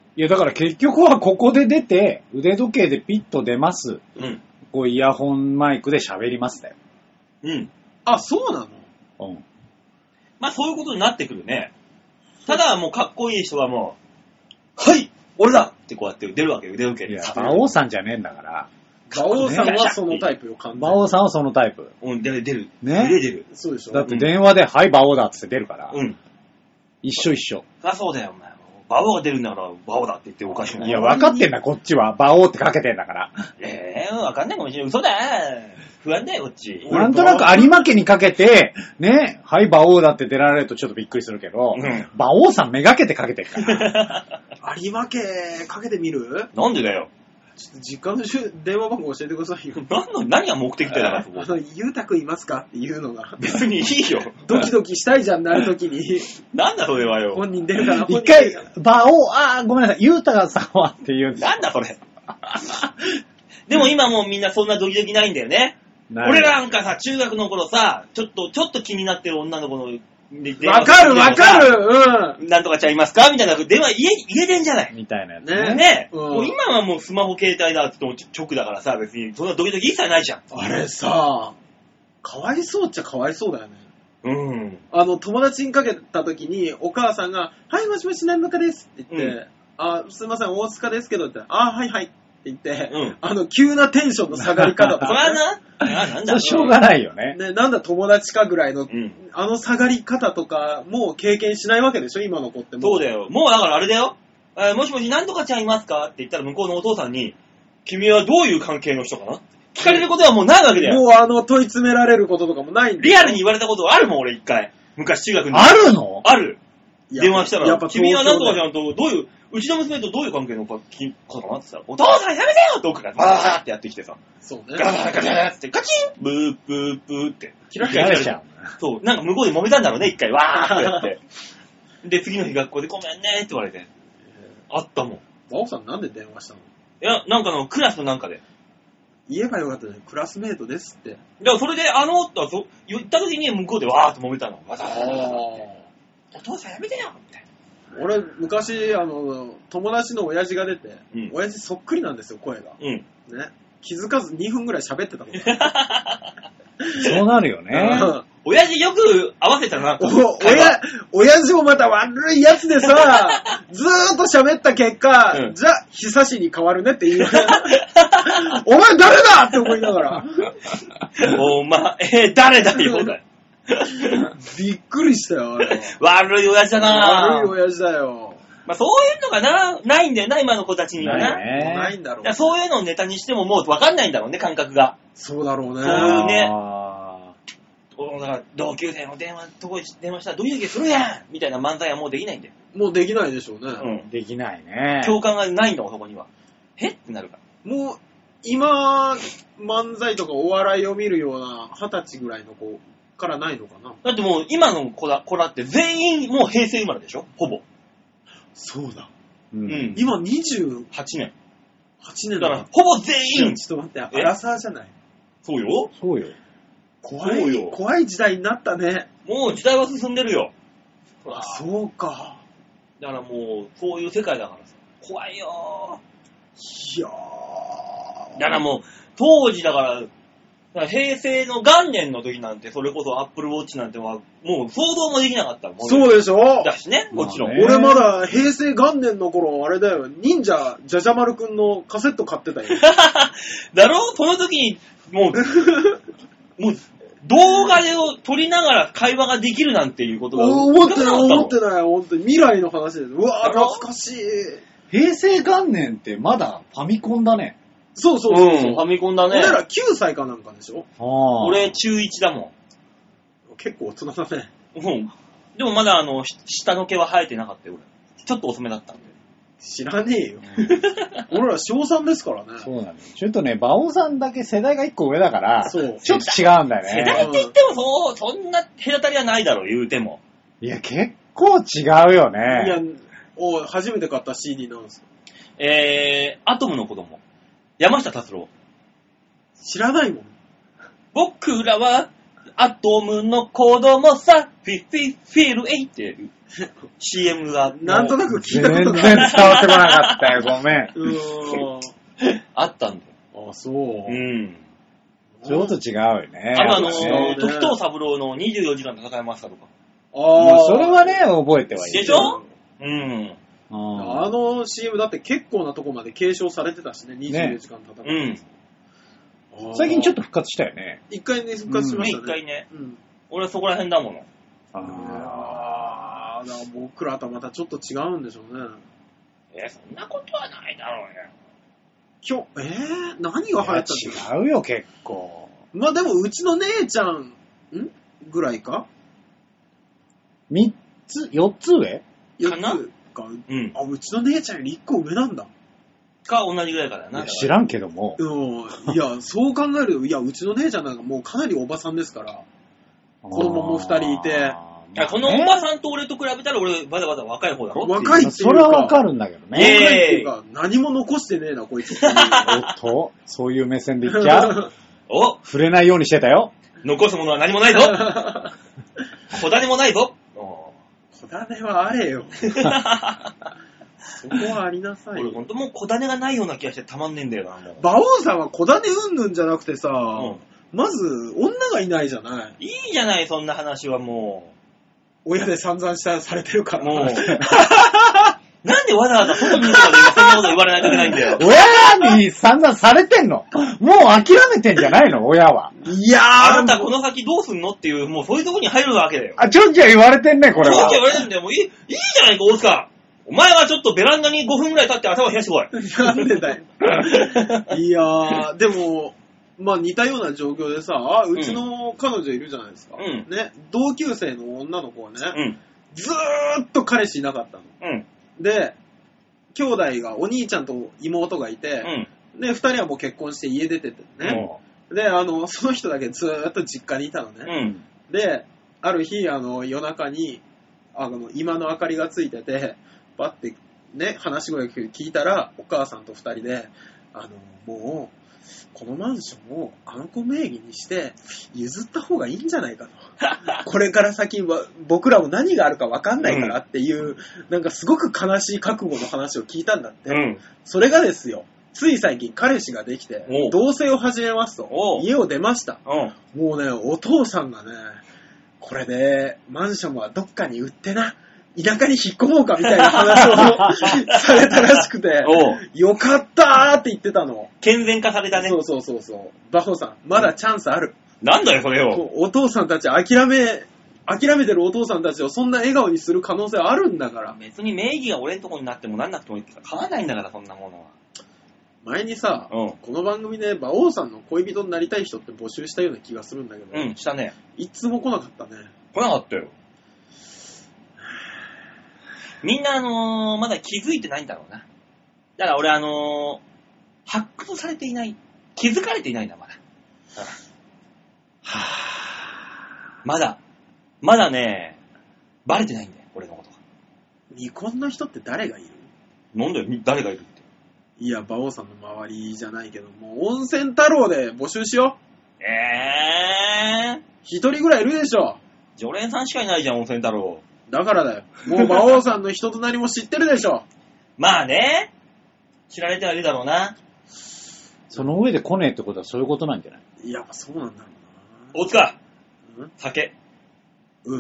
いや、だから結局はここで出て、腕時計でピッと出ます。うん。こうイヤホンマイクで喋りますだよ。 うん。あ、そうなの？ うん。まあそういうことになってくるね。ただもうかっこいい人はもう、はい俺だってこうやって出るわけよ、腕時計で。 いや、馬王さんじゃねえんだから。 馬王さんはそのタイプよ、完全に。 馬王さんはそのタイプ。 うん、出る、出る。 ね。 出る、出る。 そうでしょ。 だって電話で、うん、はい、馬王だって出るから。 うん。 一緒一緒。 あ、そうだよ、お前。馬王が出るんだから、馬王だって言っておかしくない。 いや、分かってんだ、こっちは。馬王ってかけてんだから。 ええー、分かんないかもしれない。嘘だ不安だよ、こっち。 なんとなく有馬家にかけて、ね、はい、馬王だって出られるとちょっとびっくりするけど、うん、馬王さんめがけてかけてるから。 有馬家かけてみる？ なんでだよ。 ちょっと実家の電話番号教えてくださいよ。 何の、何が目的だよ、そこ。 あの、ゆうたくんいますかっていうのが。 別にいいよ。 ドキドキしたいじゃん、なるときに。 なんだそれはよ。 本人出るかな、 一回、馬王、あー、ごめんなさい、ゆうたさんはって言うんです。 なんだそれ。でも今もうみんなそんなドキドキないんだよね。俺なんかさ、中学の頃さ、ちょっと、ちょっと気になってる女の子の、 わかるわかるうん。なんとかちゃいますかみたいな電話家、家電じゃない。 みたいなやつね。ね、うん、もう今はもうスマホ携帯だって言っても直だからさ、別にそんなドキドキ一切ないじゃん。 あれさ、かわいそうっちゃかわいそうだよね。 うん。 あの、友達にかけた時に、お母さんが、はい、もしもし、なんとかですって言って、うん、あ、すいません、大塚ですけどって、あ、はいはい。って言って、うん、あの、急なテンションの下がり方とか、ね。 それはな、あ、なんだしょうがないよね。 ね、なんだ友達かぐらいの、うん、あの下がり方とか、もう経験しないわけでしょ、今の子っても。 そうだよ。もうだからあれだよ。えー、もしもし、なんとかちゃんいますかって言ったら向こうのお父さんに、君はどういう関係の人かな聞かれることはもうないわけだよ。 もうあの、問い詰められることとかもないんだよ。 リアルに言われたことはあるもん、俺一回。昔中学に。 あるの？ ある。電話したら、君はなんとかちゃんとどういう、うちの娘とどういう関係の子かなって言ったら、お父さんやめてよって奥からバーってやってきてさ。 そうね。 ガラガラガラってカチンブーブーブーって。 キラキラちゃう。 そう、なんか向こうで揉めたんだろうね、一回。わーってやって。で、次の日学校でごめんねって言われて。あったもん。 馬王さんなんで電話したの？ いや、なんかのクラスのなんかで。 言えばよかったね。クラスメートですって。 だからそれで、あの、と言った時に向こうでわーって揉めたの。わざわざ。お父さんやめてよみたいな。 俺、昔、あの、友達の親父が出て、うん、親父そっくりなんですよ、声が。うん。ね。気づかずにふんぐらい喋ってたもん。 そうなるよね。 親父よく合わせたな。 お、親、親父もまた悪いやつでさ、ずーっと喋った結果、うん、じゃあ、久しに変わるねって言う。お前誰だって思いながら。 お前、えー、誰だよ、だよ。 びっくりしたよ、あれ。 悪い親父だな。 悪い親父だよ。 まあそういうのがな、ないんだよな、今の子たちにはな。 ないね。ないんだろう、ね。 そういうのをネタにしてももう分かんないんだろうね、感覚が。 そうだろうね。 そういうね。だから同級生の電話、どこに電話したらドキドキするやんみたいな漫才はもうできないんだよ。 もうできないでしょうね。 うん。できないね。 共感がないんだもん、そこには。えってなるから。 もう、今、漫才とかお笑いを見るような二十歳ぐらいの子からないのかな。 だってもう今の子ら、子らって全員もう平成生まれでしょほぼ。 そうだ。 うん。 今にじゅうはちねん。 はちねんだから、ほぼ全員。 ちょっと待って、アラサーじゃない。 そうよ。 そうよ。 怖いよ。怖い時代になったね。 もう時代は進んでるよ。 あ、そうか。 だからもう、そういう世界だからさ。怖いよー。いやー。 だからもう、当時だから、だから平成の元年の時なんて、それこそアップルウォッチなんては、もう想像もできなかったもん。 そうでしょだしね、もちろん。 まあね、俺まだ平成元年の頃、あれだよ、忍者ジャジャマルくんのカセット買ってたよ。 だろその時に、もう、もう、動画を撮りながら会話ができるなんていうことが思ってない、思ってない、本当に。未来の話です。うわぁ、懐かしい。 平成元年ってまだファミコンだね。 そうそうそうそう、 うん。ファミコンだね。 俺らきゅうさいかなんかでしょ。 俺中いちだもん。結構大人だね。 うん。でもまだあの、下の毛は生えてなかったよ、俺。ちょっと遅めだったんで。 知らねえよ。俺ら小さんですからね。 そうなんだよ。ちょっとね、馬王さんだけ世代がいっこ上だから、 そうちょっと違うんだよね。 世代って言ってもそう、そんな隔たりはないだろう、言うても。 いや、結構違うよね。 いや、お初めて買った シーディー なんですか？ えー、アトムの子供。山下達郎。 知らないもん。 僕らは、 アトムの子供さ、フィフィフィルエイっていう シーエム が。 なんとなく聞いたこと全然伝わってこなかったよ、ごめん。 うーん。 あったんだよ。 あ、そう。 うん。 ちょっと違うよね。 あとあのねー、時藤三郎のにじゅうよじかん戦えますかとか。 あまあ、それはね、覚えてはいい。 でしょうん。 ああの シーエム だって結構なとこまで継承されてたしね、にじゅうよじかん戦う。 うん。 最近ちょっと。 と復活したよね。 一回ね、復活しましたね。 一回ね。 うん。 俺はそこら辺だもの。 ああ、だから僕らとはまたちょっと違うんでしょうね。 えー、そんなことはないだろうね。 今日、えー、何が流行ったんだ違うよ、結構。 まあでも、うちの姉ちゃん、んぐらいか三つ、四つ上かなよっつか。 うん。 あ、うちの姉ちゃんより一個上なんだ。 か、同じぐらいからだな。 知らんけども。 うん。いや、そう考えると、いや、うちの姉ちゃんなんかもうかなりおばさんですから。子供も二人いていや、このおばさんと俺と比べたら俺、まだまだ若い方だろ。 若いっていうか。 それはわかるんだけど若いね。 っていうか、何も残してねえな、こいつ。 おっと、そういう目線で言っちゃうお、 触れないようにしてたよ。 残すものは何もないぞ。小種もないぞ。 小種はあれよ。そこはありなさいよ。 俺ほんともう小種がないような気がしてたまんねえんだよな、もう。 馬王さんは小種うんぬんじゃなくてさ、 うんまず女がいないじゃない。 いいじゃない、そんな話はも親で散々したされてるかう。 ら。 もう。なんでわざわざ外にいるから今そんなこと言われないといけないんだよ。 親に散々されてんの。もう諦めてんじゃないの、親は。 いやー、 あなたこの先どうすんのっていう、もうそういうとこに入るわけだよ。 あ、ちょんちょん言われてんね、これそうって言わは。 れてんだよ。もういい、いいじゃないか、大塚。お前はちょっとベランダにごふんぐらい立って頭冷やしてこい。 なんでだよ。いやー、でも、まあ似たような状況でさ、あ、うちの彼女いるじゃないですか。 うんね、同級生の女の子はね、 うん。 ずーっと彼氏いなかったの。 うん。 で、兄弟が、お兄ちゃんと妹がいて、 うん。 で、二人はもう結婚して家出ててね。で、あの、その人だけずーっと実家にいたのね。 うん。 で、ある日、あの、夜中に、あの、今の明かりがついてて、バッて、ね、話し声聞いたら、お母さんと二人で、あの、もう、このマンションをあの子名義にして譲った方がいいんじゃないかと。これから先は僕らも何があるか分かんないからっていう、うん、なんかすごく悲しい覚悟の話を聞いたんだって。うん、それがですよ、つい最近彼氏ができて、同棲を始めますと、家を出ました。もうね、お父さんがね、これでマンションはどっかに売ってな。田舎に引っ込もうかみたいな話をされたらしくて、よかったーって言ってたの。 健全化されたね。 そうそうそうそう。バホさん、まだチャンスある。 なんだよ、それよ。 お父さんたち諦め、諦めてるお父さんたちをそんな笑顔にする可能性あるんだから。 別に名義が俺んとこになってもなんなくても買わないんだから、そんなものは。 前にさ、うん、この番組で馬王さんの恋人になりたい人って募集したような気がするんだけど。 うん、したね。 いつも来なかったね。 来なかったよ。みんなあのー、まだ気づいてないんだろうな。だから俺あのー、発掘されていない。気づかれていないんだ、まだ。はぁ。まだ、まだね、バレてないんだよ、俺のことが。 未婚の人って誰がいる？ なんだよ、誰がいるって。 いや、馬王さんの周りじゃないけども、温泉太郎で募集しよう。えー。一人ぐらいいるでしょ。 常連さんしかいないじゃん、温泉太郎。 だからだよ。もう馬王さんの人となりも知ってるでしょ。 まあね。知られてはいるだろうな。 その上で来ねえってことはそういうことなんじゃない？ やっぱそうなんだろうな。 大塚。ん酒。 うん。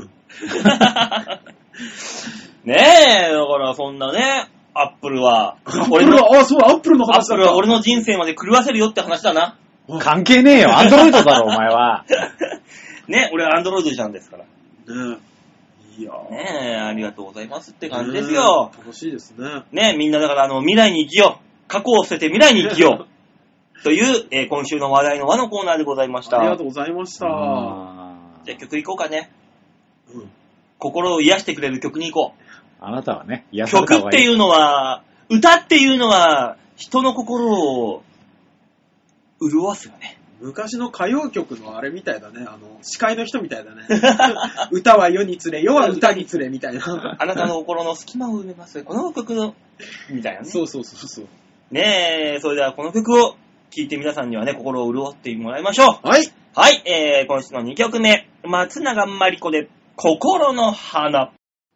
ねえ、だからそんなね、アップルは。 アップルは、あ、そう、アップルの話だった。 アップルは俺の人生まで狂わせるよって話だな。 関係ねえよ。アンドロイドだろ、お前は。 ね、俺はアンドロイドじゃんですから。 ねいやねえ、ありがとうございますって感じですよ。 楽しいですね。 ねえ、みんなだからあの、未来に生きよう。過去を捨てて未来に生きよう。という、えー、今週の話題の輪のコーナーでございました。 ありがとうございました。じゃあ曲いこうかね。 うん。 心を癒してくれる曲に行こう。 あなたはね、癒された方がいい。 曲っていうのは、歌っていうのは、人の心を潤わすよね。 昔の歌謡曲のあれみたいだね。あの、司会の人みたいだね。歌は世につれ、世は歌につれみたいな。 あなたの心の隙間を埋めます。この曲の、みたいなね。 そうそうそうそう。 ねえ、それではこの曲を聴いて皆さんにはね、心を潤ってもらいましょう。 はい。 はい、えー、今週のにきょくめ。 松永まりこで心の花。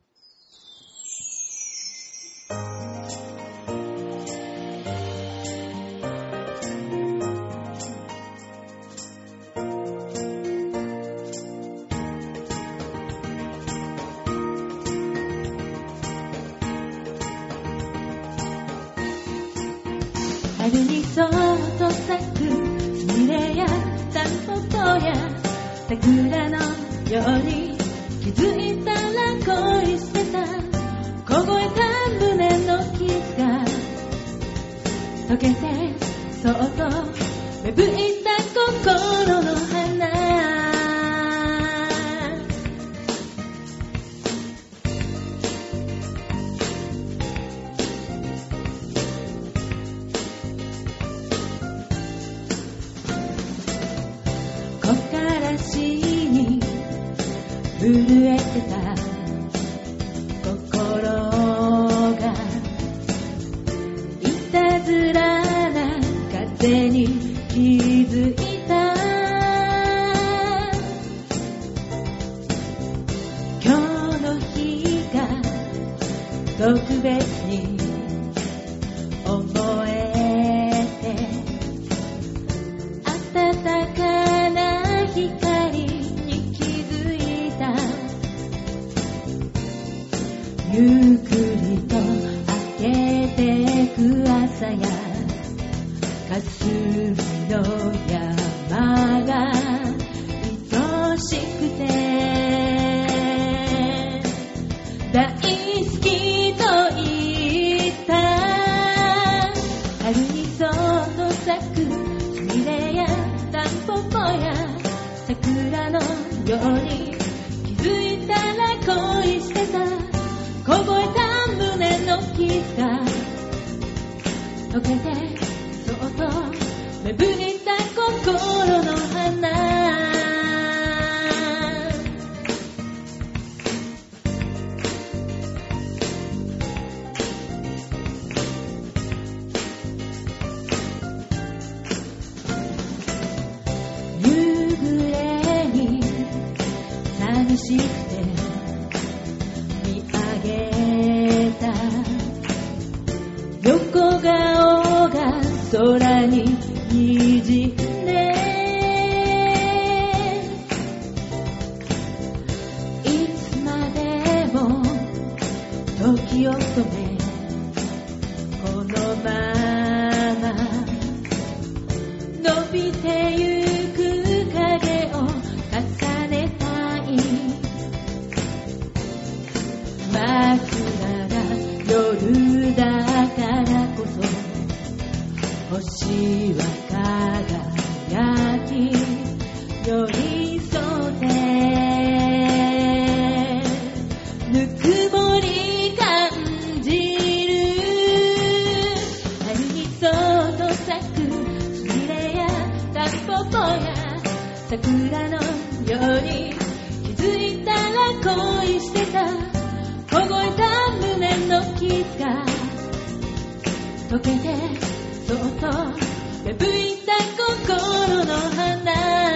春にそっと咲くスミレやタンポポや桜のように気づいたら恋してた凍えた胸のキスが溶けてそっと芽吹いた心の花震えてた心がいたずらな風に気づいた今日の日が特別に覚えて暖かな光ゆっくりと明けてく朝や霞の山が愛しくて大好きと言った春にそっと咲くスミレやタンポポや桜のように気づいたら恋してた凍えた胸のキスが溶けてそっと芽吹いた心の花夕暮れに寂しくて横顔が空に滲んでいつまでも時を止めこのまま伸びてゆく影を重ねたい真っ暗な夜だからこそ星は輝き寄り添ってぬくもり感じる春にそっと咲くスミレやタンポポや桜のように気づいたら恋してた凍えた胸のキスが溶けてそっと芽吹いた心の花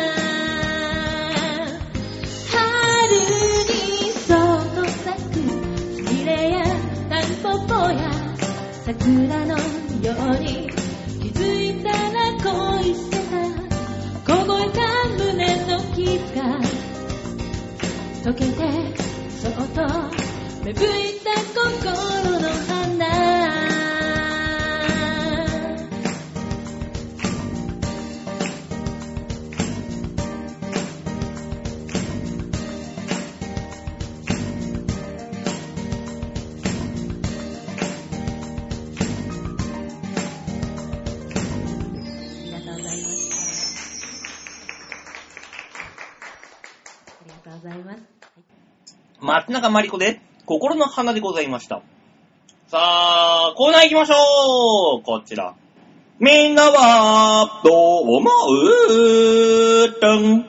春にそっと咲くスミレやタンポポや桜のように気づいたら恋してた凍えた胸のキスが溶けてそっと芽吹いた心の花松永まりこで心の花でございました。さあ、コーナー行きましょう。こちら。みんなはどう思うとん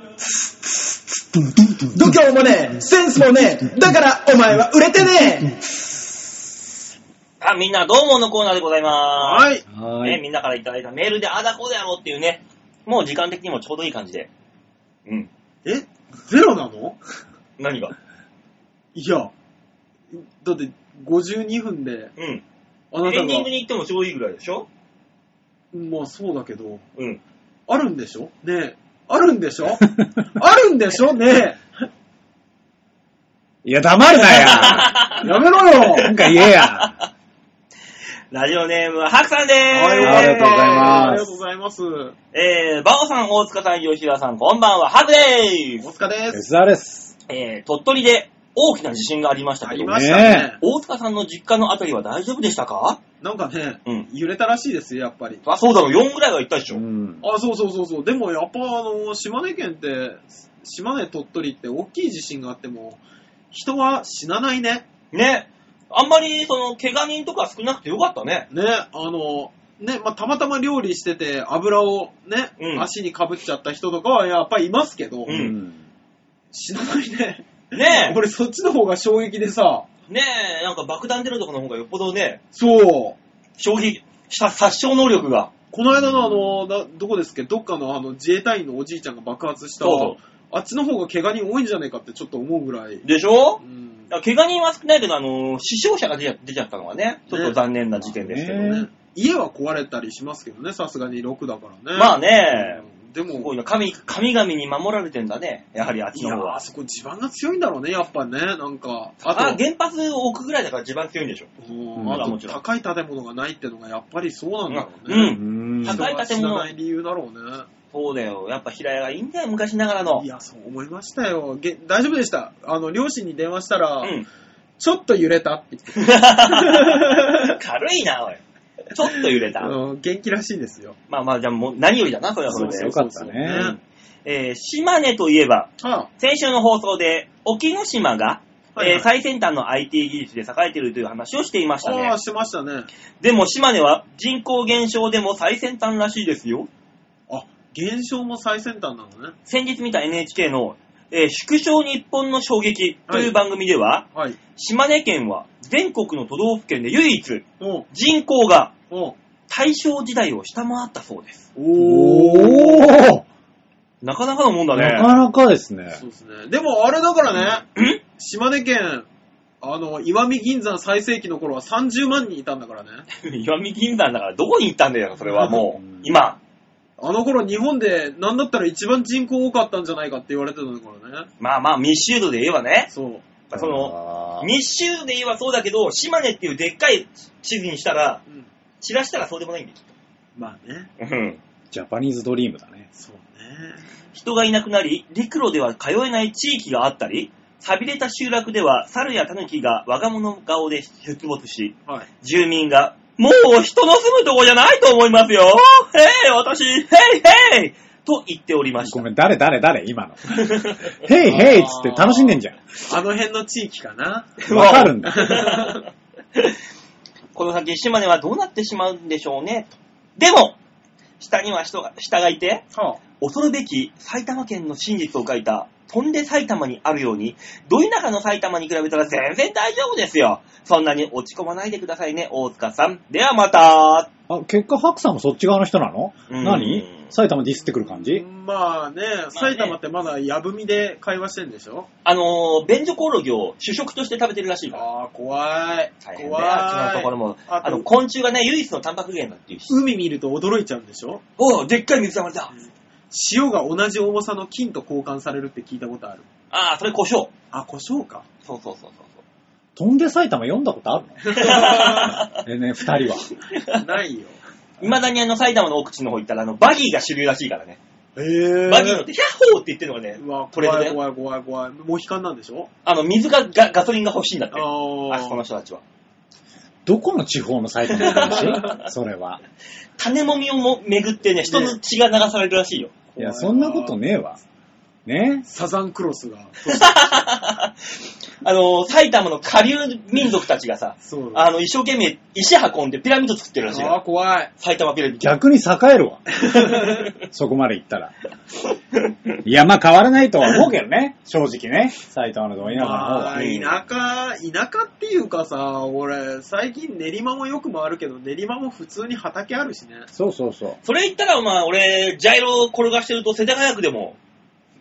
度胸もねえ、センスもねえ、だからお前は売れてねえ。 あ、みんなどうものコーナーでございまーす。 はい。ね、みんなからいただいたメールであだこうでやろうっていうね、もう時間的にもちょうどいい感じで。うん。 えゼロなの？ 何が？ いや、だってごじゅうにふんで、 うん。 あなたがエンディングに行ってもちょうどいいぐらいでしょ？ まあそうだけど、 うん。 あるんでしょねえ。あるんでしょあるんでしょねいや、黙るなや。 え。やめろよ。 なんか言えや。 ラジオネームはハクさんでーす。 はい、 ありがとうございますありがとうございます。 えー、バオさん、大塚さん、吉田さん、こんばんは、ハクでーす。 大塚です。 吉沢です。 えー、鳥取で大きな地震がありましたけど、 ありましたね。 大塚さんの実家のあたりは大丈夫でしたか？ なんかね、 うん揺れたらしいですよ、やっぱり。 あ、そうだろう、よんぐらいは行ったでしょ。 うん。 あ、そうそうそうそう。でもやっぱあの、島根県って、島根鳥取って大きい地震があっても、人は死なないね。 ね。あんまり、その、怪我人とか少なくてよかったね。 ね、あの、ね、まあ、たまたま料理してて油をね、 うん、 足にかぶっちゃった人とかはやっぱりいますけど、 うん、 死なないね。 ねえ。 俺そっちの方が衝撃でさ。 ねえ、なんか爆弾出るとこの方がよっぽどね、 そう。 衝撃、殺傷能力が。 この間のあの、だどこですっけ、どっかのあの自衛隊員のおじいちゃんが爆発した、 そうそうあっちの方が怪我人多いんじゃないかってちょっと思うぐらい。 でしょ？ うん、 怪我人は少ないけど、あの、死傷者が出ちゃ、出ちゃったのはね、ちょっと残念な事件ですけどね。 ね、家は壊れたりしますけどね、さすがにろくだからね。 まあね、 うん、でも、 すごいな、神、神々に守られてんだね、やはりあっちの方は。 いや、あそこ地盤が強いんだろうね、やっぱね、なんか。 あと、あ原発を置くぐらいだから地盤強いんでしょ。 うん、 うん、 あと高い建物がないってのがやっぱりそうなんだろうね。 うん。 うん、 高い建物。 人が死なない理由だろうね。 そうだよ。やっぱ平屋がいいんだよ、昔ながらの。 いや、そう思いましたよ。げ大丈夫でした。あの、両親に電話したら、 うん、 ちょっと揺れたって言って軽いな、おい。ちょっと揺れた。 うん、元気らしいですよ。 まあまあ、じゃあもう何よりだな、それはそれで。 よかったね。 うんえー、島根といえば、はあ、先週の放送で、沖ノ島が、はいはい、えー、最先端の アイティー 技術で栄えているという話をしていましたね。 ああ、してましたね。 でも島根は人口減少でも最先端らしいですよ。 あ、減少も最先端なのね。 先日見た エヌエイチケー の、えー、縮小日本の衝撃という番組では、はいはい、島根県は全国の都道府県で唯一、人口が大正時代を下回ったそうです。 おーなかなかのもんだね。 なかなかですね。 そうですね。でもあれだからね、島根県、あの、石見銀山最盛期の頃はさんじゅうまんにんいたんだからね。 石見銀山だからどこに行ったんだよ、それはもう、今。 あの頃日本でなんだったら一番人口多かったんじゃないかって言われてたんだからね。 まあまあ密集度で言えばね。 そう。 その、密集度で言えばそうだけど、島根っていうでっかい地図にしたら、うん、散らしたらそうでもないんだよ。 まあね。 うん。 ジャパニーズドリームだね。 そうね。 人がいなくなり、陸路では通えない地域があったり、寂れた集落では猿や狸が我が物顔で出没し、はい、住民が、もう人の住むとこじゃないと思いますよ。へい、私、へいへいと言っておりました。 ごめん、誰誰誰今の。へいへいっつって楽しんでんじゃん。 あの辺の地域かな。 わかるんだ。 この先、島根はどうなってしまうんでしょうね。でも、下には人が、下がいて、はあ、恐るべき埼玉県の真実を書いた、飛んで埼玉にあるように、ど田舎の埼玉に比べたら全然大丈夫ですよ。そんなに落ち込まないでくださいね、大塚さん。ではまた。 あ、結果、ハクさんもそっち側の人なの？何？埼玉ディスってくる感じ？ まあね、埼玉ってまだやぶみで会話してんでしょ？ あのー、便所コオロギを主食として食べてるらしいから。 ああ、怖い。 大変だよ、あっちのところも。あの、昆虫がね、唯一のタンパク源だっていうし。 海見ると驚いちゃうんでしょ？ おう、でっかい水溜だ。 塩が同じ重さの金と交換されるって聞いたことある。 ああ、それ胡椒。 あ、胡椒か。 そうそうそうそう。 飛んで埼玉読んだことあるの？えね、二人は。 ないよ。 未だにあの埼玉の奥地の方行ったらあのバギーが主流らしいからね。 へー。 バギー乗ってヒャッホーって言ってるのがね、 うわ、これ怖い怖い怖い怖い。モヒカンなんでしょ？ あの、水がガ、ガソリンが欲しいんだって。ああ。 あそこの人たちは。 どこの地方の埼玉の話？それは。 種もみをも巡ってね、人の血が流されるらしいよ。 いや、そんなことねえわ。ね？ サザンクロスが。 あの、埼玉の下流民族たちがさ、あの、一生懸命石運んでピラミッド作ってるらしいよ。 ああ、怖い。 埼玉ピラミッド。 逆に栄えるわ。そこまで行ったら。いや、まあ変わらないとは思うけどね。正直ね。埼玉の田舎の方は。 田舎、田舎っていうかさ、俺、最近練馬もよく回るけど、練馬も普通に畑あるしね。 そうそうそう。 それ言ったら、まあ、俺、ジャイロ転がしてると世田谷区でも、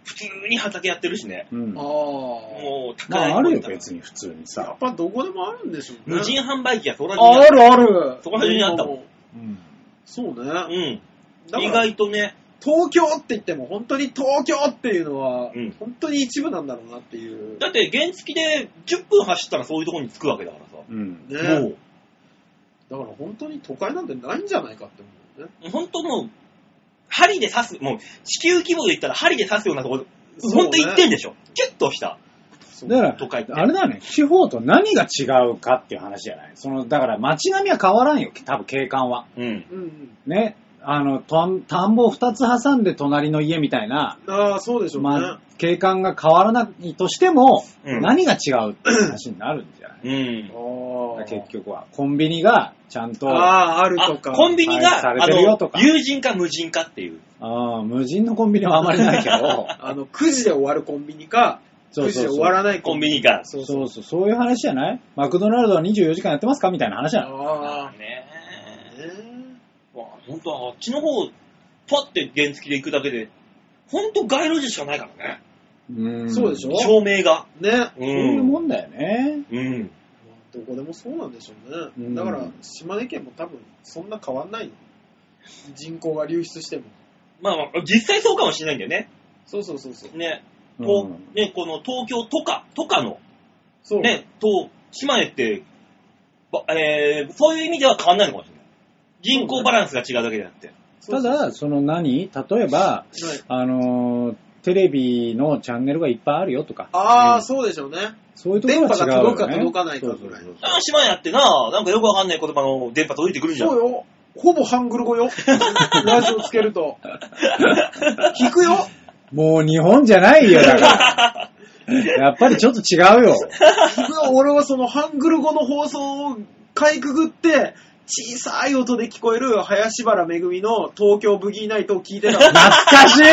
普通に畑やってるしね。 うん。 ああ。 もう、高い。 まあ、あるよ、別に普通にやさっ。ぱどこでもあるんでしょうね。 無人販売機がそこらあ中にあるある。 そこら中にあったもん。 うん。 そうね。 うん。 だから意外とね。 東京って言っても本当に東京っていうのは、 うん本当に一部なんだろうなっていう。 だって原付でじゅっぷん走ったらそういうところに着くわけだからさ。 うん。 ね。 もう。 だから本当に都会なんてないんじゃないかって思うよね。 本当もう、針で刺す、もう地球規模で言ったら針で刺すようなところ、 そうね本当言ってんでしょ。キュッとしたそうだから、 都会って。 あれだね、地方と何が違うかっていう話じゃない。その、だから街並みは変わらんよ、多分景観は。 うん。 うんうん。 ね。あの、田ん田んぼを二つ挟んで隣の家みたいな、 ああ、そうでしょうね。 まあ、景観が変わらないとしても、 うん何が違うって話になるんじゃない、 うん。 ああ。 結局は。コンビニがちゃんと、あああ、あるとあ、 か。 コンビニが、 はいされあのてるよと、か友人か無人かっていう。 あ、無人のコンビニはあまりないけど、 あの、くじで終わるコンビニか、くじでそうそうそう終わらないコンビニか。 そうそう。 そうそう、そういう話じゃないマクドナルドはにじゅうよじかんやってますかみたいな話じゃないああ。 ねねえ。わあ、ほんとあっちの方、パッて原付で行くだけで、ほんと街路樹しかないからね。 うんそうでしょ照明が。 ね。 うそういうもんだよね。 うん。 どこでもそうなんでしょうね。 うんだから、島根県も多分、そんな変わんないよ。人口が流出しても。 まあまあ、実際そうかもしれないんだよね。 そうそうそうそう。 ね。 うんとね、この東京都下、都下の、 そう。 ね、と、島根って、ばえー、そういう意味では変わんないのかもしれない。人口バランスが違うだけであって。 ただ、その何例えば、 はいあのー、テレビのチャンネルがいっぱいあるよとか、 ああ、 うんそうでしょうね。 そういうところは違うよ、ね。 電波が届くか届かないかぐらいそうそうああ、島根やってな、なんかよくわかんない言葉の電波届いてくるじゃん。 そうよ。ほぼハングル語よ。ラジオつけると。聞くよ。 そうもう日本じゃないよ、だから。やっぱりちょっと違うよ。 聞くよ。俺はそのハングル語の放送をかいくぐって、小さい音で聞こえる林原めぐみの東京ブギーナイトを聞いてた。 懐かしい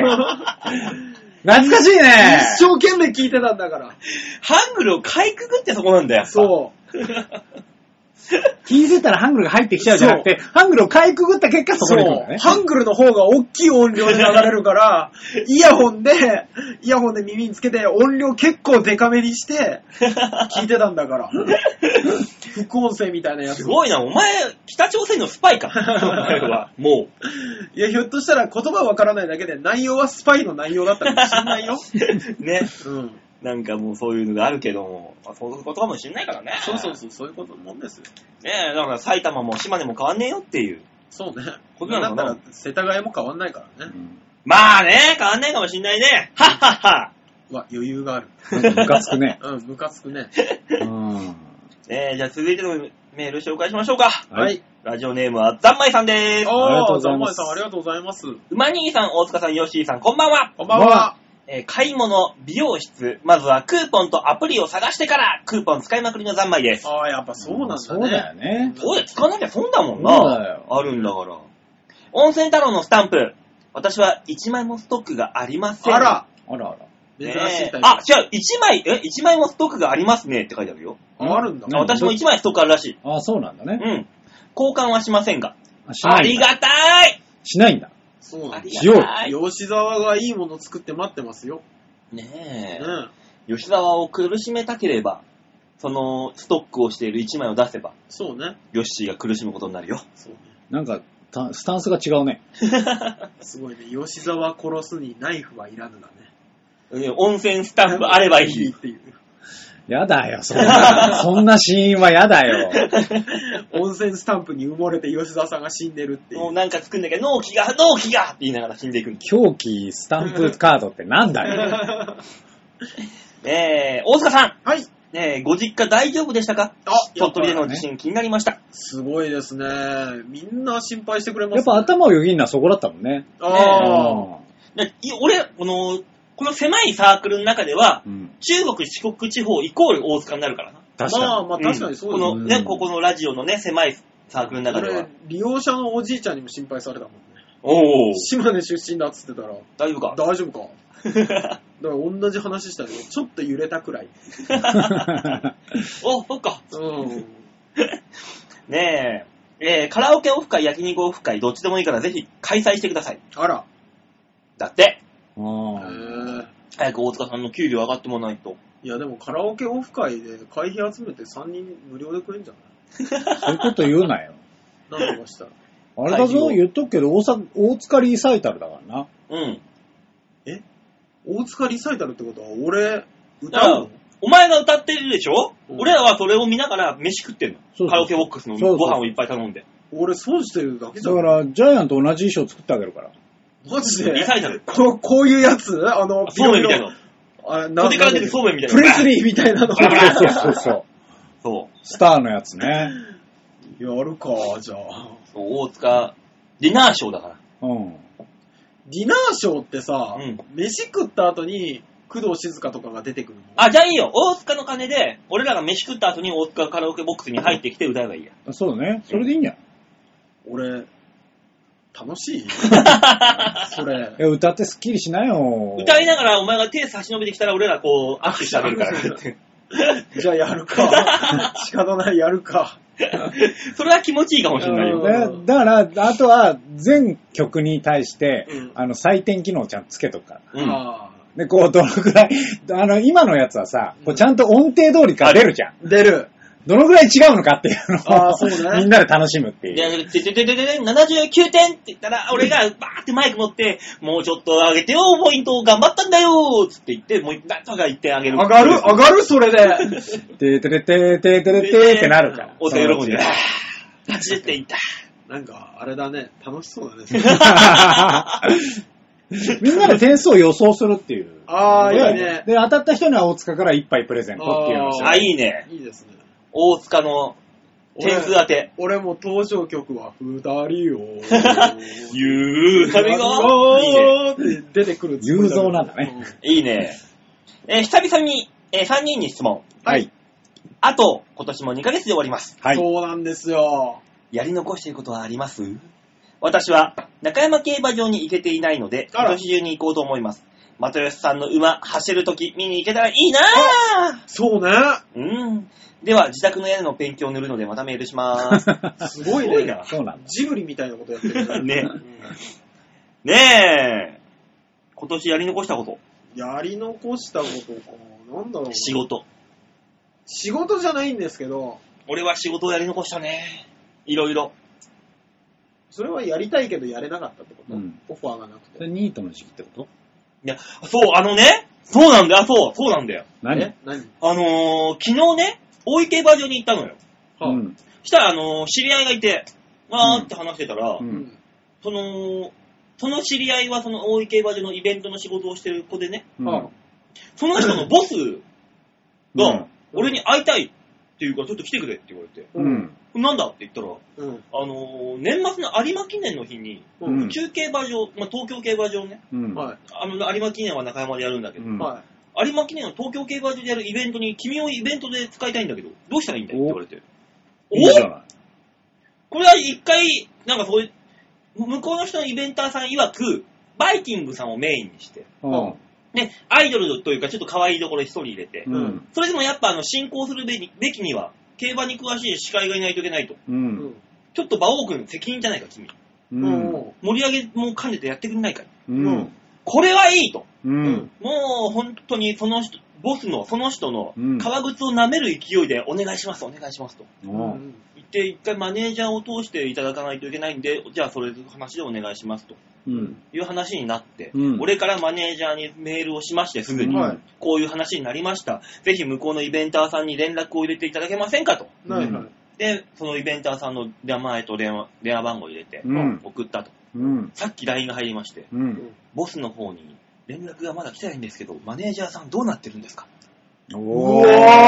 懐かしいね一生懸命聞いてたんだから。 ハングルをかいくぐってそこなんだよ。 そう。 聞いてたらハングルが入ってきちゃうじゃなくて、ハングルをかいくぐった結果そこに来るんだね。 ハングルの方が大きい音量で流れるから、イヤホンで、イヤホンで耳につけて音量結構デカめにして、聞いてたんだから。副音声みたいなやつ。 すごいな、お前、北朝鮮のスパイか。お前は、もいや、ひょっとしたら言葉わからないだけで内容はスパイの内容だったかもしれないよ。 う。ね。 うん。 なんかもうそういうのがあるけども、まあ、そういうことかもしれないからね。 そうそうそう、そういうこともんですよ。 ねえ、だから埼玉も島根も変わんねえよっていう。 そうね。 こんなのかなだったら世田谷も変わんないからね。 まあね、変わんないかもしんないね。はっはっは。 うわ、余裕がある。 なんかムカつくね。 うん、ムカつくね。 うん。 ねえ、じゃあ続いてのメール紹介しましょうか。 はい。 ラジオネームはざんまいさんでーす。 ありがとうああ、 ございますざんまいさんありがとうございます。 うま兄さん、大塚さん、ヨッシーさん、こんばんは。 こんばんは。 えー買い物、美容室、まずはクーポンとアプリを探してから、クーポン使いまくりのざんまいです。 ああ、やっぱそうなんだね。 そうだよね。 そうだよ、使わなきゃ損だもんな。 そうだよあるんだから。温泉太郎のスタンプ。私はいちまいもストックがありません。 あら、 あらあら。 珍ねえしいタイプ。 あ、違う、いちまい、え、いちまいもストックがありますねって書いてあるよ。 あるんだ。 うんあ私もいちまいストックあるらしい。 あ、そうなんだね。 うん。交換はしませんが。 あしないんだありがたいしないんだ。 そうなんだあり。 しようがたい。 吉沢がいいもの作って待ってますよ。 ねねえ。吉沢を苦しめたければ、そのストックをしているいちまいを出せば、 そうね。 ヨッシーが苦しむことになるよ。 そうね。 なんか、たスタンスが違うね。 すごいね。吉沢殺すにナイフはいらぬだね。 ね温泉スタンプあればいい。 っていう。 やだよ、そんな、そんなシーンはやだよ。 温泉スタンプに埋もれて吉沢さんが死んでるっていう。 もうなんか作んなきゃ、納期が、納期がって言いながら死んでいくんです。 狂気スタンプカードってなんだよ。 ねえ、大塚さん。 はい。 ねえ、ご実家大丈夫でしたか？ あ、 鳥取でのね地震気になりました。 すごいですね。みんな心配してくれます、 やっぱ頭をよぎんのはそこだったもんね。 ああ。 でい俺、この、この狭いサークルの中では、 うん。 中国四国地方イコール大塚になるからな。 確かに。 まあまあ確かにそうですこのね、 うんここのラジオのね、狭いサークルの中では俺。、利用者のおじいちゃんにも心配されたもんね。 おー、 島根出身だっつってたら、 大丈夫か大丈夫かだから同じ話したけど、ちょっと揺れたくらい。 お、そっか。 うん。 ねえ、えーカラオケオフ会、焼肉オフ会、どっちでもいいからぜひ開催してください。 あら。 だって、 あーへ早く大塚さんの給料上がってもらわないと。 いや、でもカラオケオフ会で会費集めてさんにん無料でくれんじゃないそういうこと言うなよ。 なんとかしたら。 あれだぞ、言っとくけど、大阪大塚リサイタルだからな。 うん。 え大塚リサイタルってことは、俺、歌だからうのお前が歌ってるでしょ、 うん、 俺らはそれを見ながら飯食ってんの。 そうそうカラオケボックスのご飯をいっぱい頼んで。 俺、損してるだけじゃん。 だから、ジャイアンと同じ衣装作ってあげるから。 マジでリサイタル。 こう、こういうやつあの、 そうめんみたいなの。 あ、なポテから出てそうめんみたいな。 プレスリーみたいなの。 そうそうそうそう。 そう。 スターのやつね。 やるか、じゃあ。 そう、大塚、ディナーショーだから。 うん。 ディナーショーってさ、 うん、 飯食った後に、工藤静香とかが出てくるの？ あ、じゃあいいよ。大塚の金で、俺らが飯食った後に大塚カラオケボックスに入ってきて歌えばいいや。 そうだね。それでいいんじゃん。 俺、楽しいそれ。 え、歌ってスッキリしなよ。 歌いながらお前が手差し伸べてきたら俺らこう、握手してあげるからって。 じゃあやるか。仕方ない、やるか。 それは気持ちいいかもしれないよ。 ね、だから、あとは全曲に対して、 うん、 あの採点機能をちゃんとつけとくから。 うん、 あで、こう、どのくらい、あの、今のやつはさ、こうちゃんと音程通りから出るじゃん。 出る。 どのくらい違うのかっていうのを、 あ、そうね、 みんなで楽しむっていう。 で、てててててななじゅうきゅうてんって言ったら、俺がバーってマイク持って、もうちょっと上げてよ、ポイント頑張ったんだよつって言って、もうなんとか言ってあげる。 上がる上がるそれで。 てててててててってなるから。 お手喜んで、はちじゅってんいった。 なんか、あれだね、楽しそうだね。 みんなで点数を予想するっていう。 ああ、いいね。 で、当たった人には大塚から一杯プレゼントっていうのを。 あ、いいね。 いいですね。 大塚の点数当て。 俺, 俺も登場曲は二人を。 ゆう、旅がいいね。出てくる。 雄三なんだね。 いいね。えー、久々に、えー、さんにんに質問。 はい。 あと、今年もにかげつで終わります。 はい。 そうなんですよ。 やり残していることはあります？私は中山競馬場に行けていないので、今年中に行こうと思います。又吉さんの馬走るとき見に行けたらいいなぁ。 そうね。 うん。では、自宅の屋根のペンキを塗るのでまたメールしまーす。 すごいね。 な。 そうなんだ。 ジブリみたいなことやってるね。ねえ。今年やり残したこと。 やり残したことか。なんだろう。 仕事。 仕事じゃないんですけど。 俺は仕事をやり残したね。いろいろ。 それはやりたいけどやれなかったってこと、うん、オファーがなくて。 それニートの時期ってこと？ いや、そう、あのね、そうなんだよ、そう、そうなんだよ。 何？ 何？あのー、昨日ね、大井競馬場に行ったのよ。 うん。 したら、あのー、知り合いがいて、わーって話してたら、 うん、 その、その知り合いはその大井競馬場のイベントの仕事をしてる子でね、 うん、 その人のボスが、俺に会いたいっていうから、ちょっと来てくれって言われて、 うん。 なんだって言ったら、 うん、 あのー、年末の有馬記念の日に、 うん、 宇宙競馬場、まあ、東京競馬場ね、 うん、 あの有馬記念は中山でやるんだけど、 うん、 有馬記念の東京競馬場でやるイベントに君をイベントで使いたいんだけど、どうしたらいいんだよって言われて。 おいいじゃない。 これは一回、なんかそういう、向こうの人のイベンターさん曰く、バイキングさんをメインにして、 うん、 で、アイドルというかちょっと可愛いところ一人入れて、 うん、 それでもやっぱあの進行するべき、べきには、競馬に詳しい司会がいないといけないと。 うん、 ちょっと馬王君の責任じゃないか、君。 うん、 盛り上げも兼ねてやってくれないか。 うん、 これはいいと。 うん、 もう本当にその人、ボスの、その人の革靴を舐める勢いでお願いします、お願いしますと。 うん、 言って一回マネージャーを通していただかないといけないんで、じゃあそれの話でお願いしますと。 うん、 いう話になって、 うん、 俺からマネージャーにメールをしましてすぐに、はい、こういう話になりました。ぜひ向こうのイベンターさんに連絡を入れていただけませんかと。 はいはい、 で、そのイベンターさんの名前と電話、電話番号を入れて、 うん、 送ったと、 うん。 さっき ライン が入りまして、 うん、 ボスの方に連絡がまだ来てないんですけど、マネージャーさんどうなってるんですか？ おー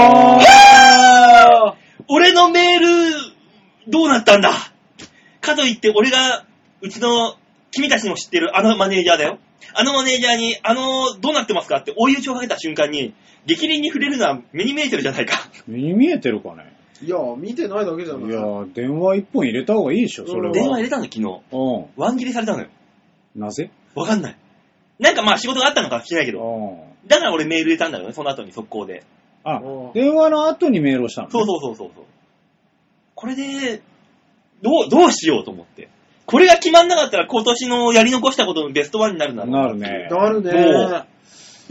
俺のメール、どうなったんだ？かといって俺が、うちの君たちも知ってるあのマネージャーだよ。あのマネージャーに、あの、どうなってますかって追い打ちをかけた瞬間に、激鱗に触れるのは目に見えてるじゃないか。 目に見えてるかね。 いや、見てないだけじゃない。 いや、電話一本入れた方がいいでしょ、それは。 電話入れたの昨日。 うん。 ワン切りされたのよ。 なぜ？ わかんない。なんかまあ仕事があったのかもしれないけど。だから俺メール入れたんだよね、その後に速攻で。 あ、電話の後にメールをしたの、ね、 そうそうそうそう。これで、どう、どうしようと思って。これが決まんなかったら今年のやり残したことのベストワンになるんだろうなるね。 なるね。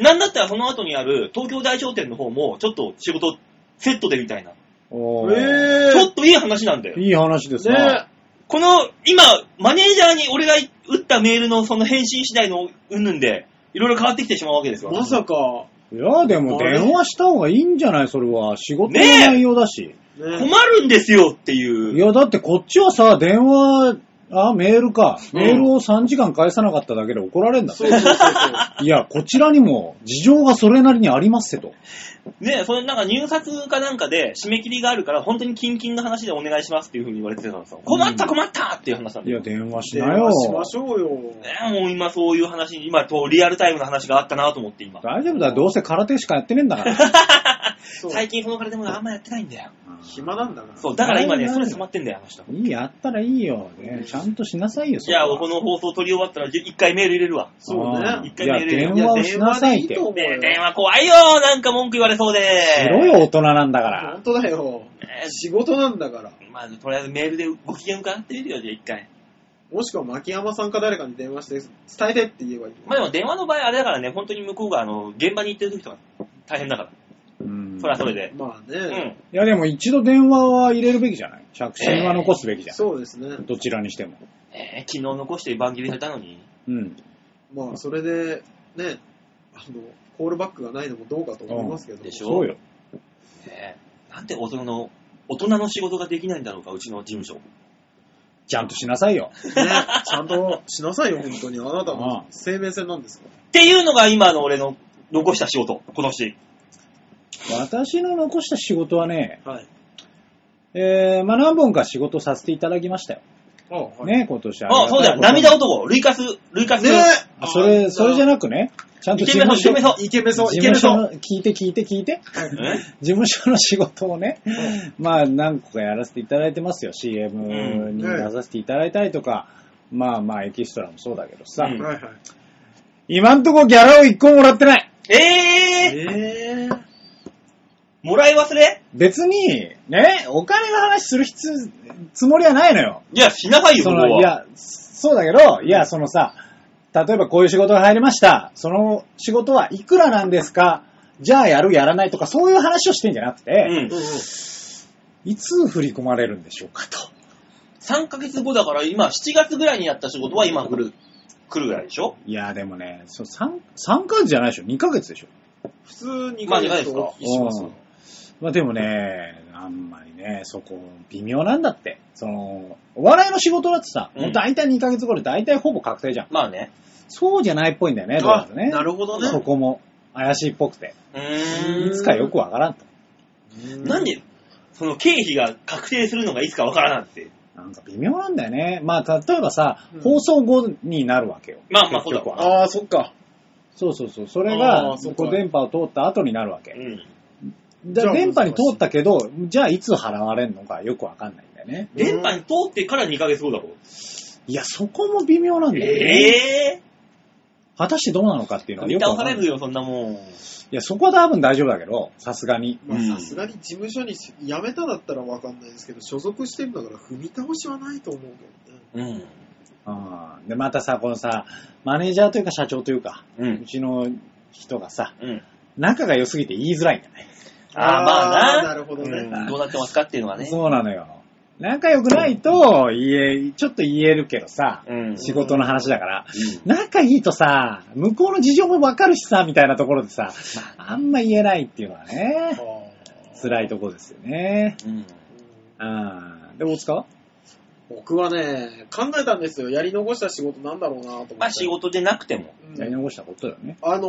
なんだったらその後にある東京大商店の方も、ちょっと仕事セットでみたいな。 おー。えー、 ちょっといい話なんだよ。 いい話ですね。 ねこの、今、マネージャーに俺が打ったメールのその返信次第のうんぬんで、いろいろ変わってきてしまうわけですよ。 まさか。 いや、でも電話した方がいいんじゃないそれは。仕事の内容だし。 ね、困るんですよっていう。 いや、だってこっちはさ、電話、あ、メールか。メールをさんじかん返さなかっただけで怒られるんだって。そうそうそうそう。いや、こちらにも事情がそれなりにありますせと。 ねえ、それなんか入札かなんかで締め切りがあるから、本当にキンキンの話でお願いしますっていう風に言われてたからさ、困った困ったっていう話なんだよ。いや、電話しなよ。 電話しましょうよ。ねえ、もう今そういう話、今とリアルタイムの話があったなと思って今。 大丈夫だ、どうせ空手しかやってねえんだから。 最近その空手もあんまやってないんだよ。 暇なんだから。 そう、だから今ね、ストレス溜まってんだよ、あの人。 いい、やったらいいよ。ね、ちゃんとしなさいよ、 じゃあ、この放送取り終わったら一回メール入れるわ。 そうね。 一回メール入れる。 いや、電話をしなさいって。 ね、電話怖いよ、なんか文句言われそうで。 しろよ、大人なんだから。 本当だよ。仕事なんだから。 まあ、とりあえずメールでご機嫌伺ってみるよ、じゃあ一回。 もしくは牧山さんか誰かに電話して伝えてって言えばいい。 まあでも電話の場合あれだからね、本当に向こうがあの現場に行ってる時とか大変だから。うん。それはそれで。 まあね。 うん。 いやでも一度電話は入れるべきじゃない？着信は残すべきじゃん。 えー、そうですね。 どちらにしても。 えー、昨日残して番切りされたのに。 うん。 まあそれで、ね、あの、コールバックがないのもどうかと思いますけど。うん、 でしょ？ そうよ。 えー、なんで大人の、大人の仕事ができないんだろうか、うちの事務所。 ちゃんとしなさいよ。 ね、ちゃんとしなさいよ、本当に。あなたの生命線なんですか。 っていうのが今の俺の残した仕事、今年。 私の残した仕事はね、 はい。 えー、まあ何本か仕事させていただきましたよ。 あ、はい、 ね、今年は。 あ、そうだよ。涙男、ルイカス、ルイカス。ねあ、それ、それじゃなくね、ちゃんと事務所、 イケメソ、 事務所の、聞いて聞いて聞いて。事務所の仕事をね、まあ何個かやらせていただいてますよ。シーエム に出させていただいたりとか、まあまあエキストラもそうだけどさ。 うんはいはい、 今んとこギャラをいっこももらってない。 えー、えー、もらい忘れ？ 別に、ね、お金の話する必つもりはないのよ。 いや、しなさいよ、 その、いや、そうだけど、いや、そのさ、例えばこういう仕事が入りました。その仕事はいくらなんですか？じゃあやるやらないとかそういう話をしてんじゃなくて、うん、いつ振り込まれるんでしょうかと。 さんかげつごだから今しちがつぐらいにやった仕事は今来る、来るぐらいでしょ？ いやでもね、そう 3, さんかげつじゃないでしょ？にかげつでしょ？ 普通にかげつとお聞きします。 まあでもね、あんまりね、そこ微妙なんだって。その、お笑いの仕事だってさ、うん、もう大体にかげつごで大体ほぼ確定じゃん。 まあね。 そうじゃないっぽいんだよね、どうやらね。 なるほどね。 そこも怪しいっぽくて。 うーん。 いつかよくわからんと。 んなんで、その経費が確定するのがいつかわからんって。 なんか微妙なんだよね。まあ、例えばさ、うん、放送後になるわけよ。 まあまあ、そうだ。 ああ、そっか。 そうそうそう。それが、こう電波を通った後になるわけ。うんじゃあ電波に通ったけど、じゃあいつ払われるのかよくわかんないんだよね。 電波に通ってからにかげつごだろ。 いや、そこも微妙なんだよね。 えぇ、 ー、果たしてどうなのかっていうのはよくわかんない。 見倒されるよ、そんなもん。いや、そこは多分大丈夫だけど、さすがに。 さすがに事務所に辞めただったらわかんないですけど、所属してるんだから踏み倒しはないと思うけどね。 うん。あで、またさ、このさ、マネージャーというか社長というか、うん、うちの人がさ、うん、仲が良すぎて言いづらいんだね。 ああ、まあな。 なるほどね、 うん。どうなってますかっていうのはね。 そうなのよ。仲良くないと、言え、ちょっと言えるけどさ、うん、仕事の話だから、うん、仲いいとさ、向こうの事情もわかるしさ、みたいなところでさ、あんま言えないっていうのはね、辛いところですよね。うん。あで、大塚は僕はね、考えたんですよ。やり残した仕事なんだろうなと思って。 まあ仕事でなくても。 うん、やり残したことだよね。 あのー、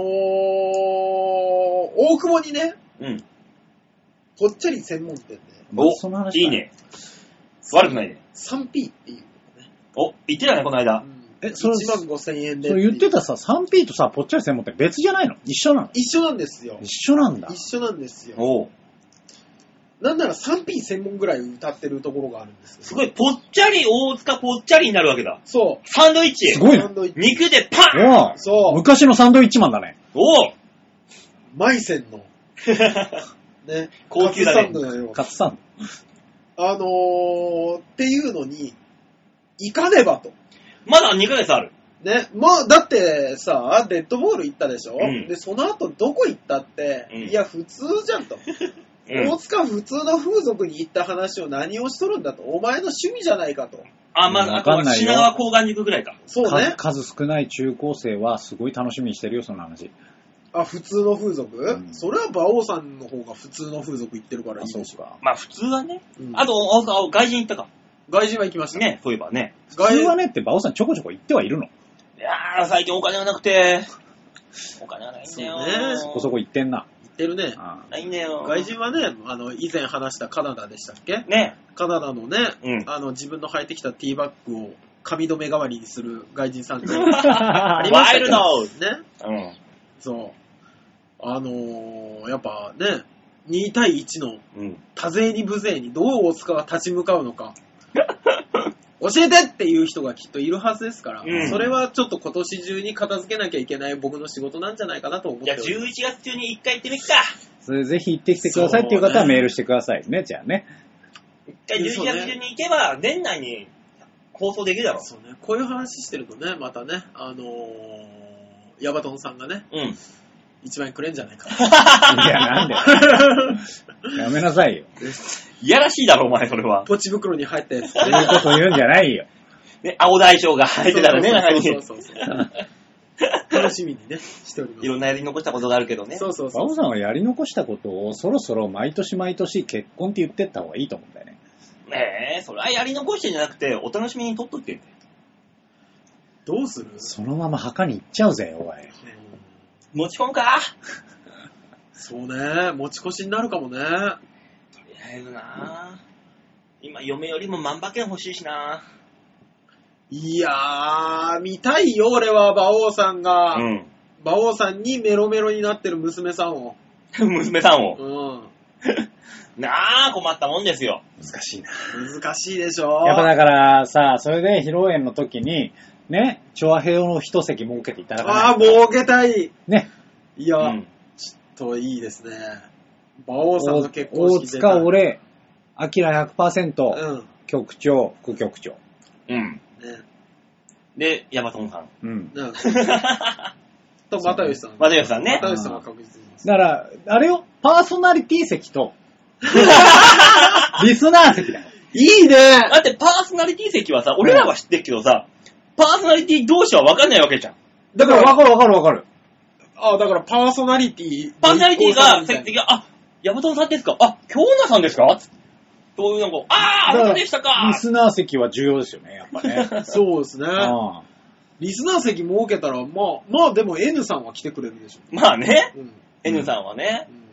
大久保にね、うん。ぽっちゃり専門店で。 お、その話いいね。悪くないね。 スリーピー っていう、ね。 お、言ってたね、この間。うん、 え、それいちまんごせんえんで。 そう言ってたさ、スリーピー とさ、ぽっちゃり専門店別じゃないの？一緒なの？ 一緒なんですよ。 一緒なんだ。 一緒なんですよ。 おう。 なんなら スリーピー 専門ぐらい歌ってるところがあるんですよ。 すごい、ぽっちゃり大塚ぽっちゃりになるわけだ。 そう。 サンドイッチ。 すごいな。 肉でパン。 そう。昔のサンドイッチマンだね。 おう。 マイセンの。ね。 高級だね。 カツサンドのよ。 カツサンド。あのー、っていうのに、行かねばと。 まだにかげつある。 ね、もう、だってさ、デッドボール行ったでしょ、 うん、 で、その後どこ行ったって、うん、いや、普通じゃんと。うん、大塚普通の風俗に行った話を何をしとるんだと。お前の趣味じゃないかと。 あ、まあ、あとは品川高岩塾ぐらいか。 そうね。 数少ない中高生はすごい楽しみにしてるよ、その話。 あ、普通の風俗、うん、それは馬王さんの方が普通の風俗行ってるからいいでしょ。 まあ普通はね。うん、あと、あ、外人行ったか。 外人は行きましたね。そういえばね。 普通はねって馬王さんちょこちょこ行ってはいるの？ いやー、最近お金がなくて。お金がないんだよ。 ね、 そこそこ行ってんな。 行ってるね。 ないんだよ。 外人はね、あの、以前話したカナダでしたっけね。 カナダのね、 うん、 あの、自分の履いてきたティーバッグを髪留め代わりにする外人さんがありましたけど。ワイルドね。 うん。 そう。あのー、やっぱね、に対いちの多勢に無勢にどう大塚が立ち向かうのか。教えてっていう人がきっといるはずですから、うん、それはちょっと今年中に片付けなきゃいけない僕の仕事なんじゃないかなと思っております。 じゃあじゅういちがつ中に一回行ってみっか。 それぜひ行ってきてくださいっていう方はメールしてくださいね、じゃあね。 一回じゅういちがつ中に行けば年内に放送できるだろう。 そうね。こういう話してるとね、またね、あのー、ヤバトンさんがね、 うん。 一万円くれんじゃないか。 いや、なんでやめなさいよ。 いやらしいだろ、お前、それは。 ポチ袋に入ったやつ。 そういうこと言うんじゃないよ。 ね、青大将が入ってたらね、中に。 そうそうそうそう。楽しみにね、しております。 いろんなやり残したことがあるけどね。 そうそうそう。 バオさんはやり残したことをそろそろ毎年毎年結婚って言ってった方がいいと思うんだよね。 ねえ、それはやり残してんじゃなくて、お楽しみに取っといてんだよ。 どうする？ そのまま墓に行っちゃうぜ、おい。 持ち込むか？ そうね、持ち越しになるかもね。とりあえずな今、嫁よりも万馬券欲しいしないやー、見たいよ、俺は、馬王さんが。 うん。 馬王さんにメロメロになってる娘さんを。 娘さんを。 うん。 なあ、困ったもんですよ。 難しいな。 難しいでしょ。 やっぱだからさ、それで披露宴の時に、ね、調和平和の一席設けていただかない。 ああ、設けたい。 ね。 いや、うん、ちょっといいですね。馬王さんの結婚式で。 大塚、俺、アキラ ひゃくパーセント、 うん、 局長、副局長。 うん。ね、で、ヤマトンさん。 うん。 うんと、又吉さん。 又吉さんね。 又吉さんは確実に。 だから、あれよ、パーソナリティ席と、リスナー席だよ。 いいね。 だってパーソナリティ席はさ、俺らは知ってるけどさ、パーソナリティ同士は分かんないわけじゃん。 だから分かる分かる分かる。 あ、だからパーソナリティ。 パーソナリティが、席が、あ、ヤマトンさんですか？あ、京奈さんですか？そういうのこう、あー、あなたでしたか。 リスナー席は重要ですよね、やっぱね。 そうですね。 ああリスナー席設けたら、まあ、まあでも N さんは来てくれるでしょ。 まあね。 うん、 N さんはね、 うん。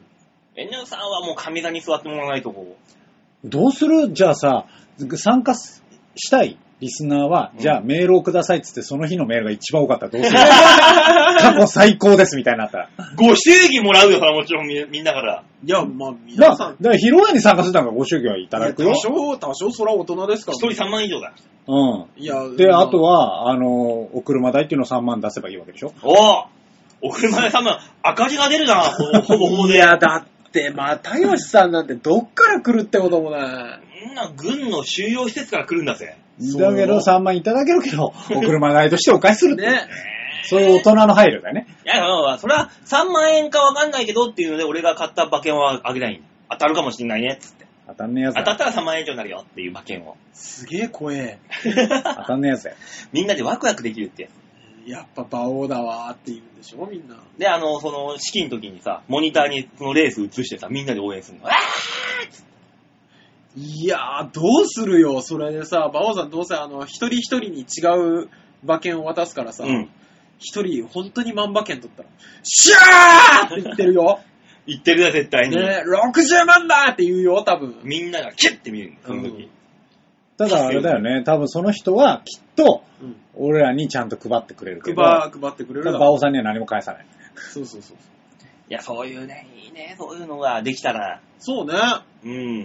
N さんはもう上座に座ってもらわないとこう。どうする？じゃあさ、参加したいリスナーは、うん、じゃあメールをくださいっつってその日のメールが一番多かったらどうする？過去最高ですみたいになったら。 ご祝儀もらうよ、それはもちろんみ, みんなから。 いや、まあ皆さん。 だから披露宴に参加するのがご祝儀はいただくよ。 多少、多少それは大人ですから、 ね。一人さんまん以上だ。 うん。 いや、 で、あとは、あの、お車代っていうのをさんまん出せばいいわけでしょ？ おぉお車代さんまん、赤字が出るな、ほぼほぼで。 いや、だって、又吉さんなんてどっから来るってこともない。 みんな軍の収容施設から来るんだぜ。 だけどさんまんいただけるけど、お車代としてお返しするってね。そういう大人の配慮だよね。 いや、それはさんまんえんかわかんないけどっていうので、俺が買った馬券はあげない。当たるかもしんないね、つって。 当たんねえやつだ。 当たったらさんまんえん以上になるよっていう馬券を。 すげえ怖え。 当たんねえやつだよ。 みんなでワクワクできるってやつ。 やっぱ馬王だわーって言うんでしょ、みんな。 で、あの、その、式の時にさ、モニターにそのレース映してさ、みんなで応援するの。わーっつって。 いやー、どうするよ、それでさ、馬王さんどうせあの、一人一人に違う馬券を渡すからさ、一、うん、人本当に万馬券取ったら、シャーって言ってるよ。 言ってるよ、絶対に。 ね、ろくじゅうまんだって言うよ、多分。 みんながキュッて見る、その時。うん、 ただあれだよね、多分その人はきっと、俺らにちゃんと配ってくれるけど、 配配ってくれる。 馬王さんには何も返さない。 そうそうそう。 いや、そういうね、いいね、そういうのができたら。 そうね。 うん。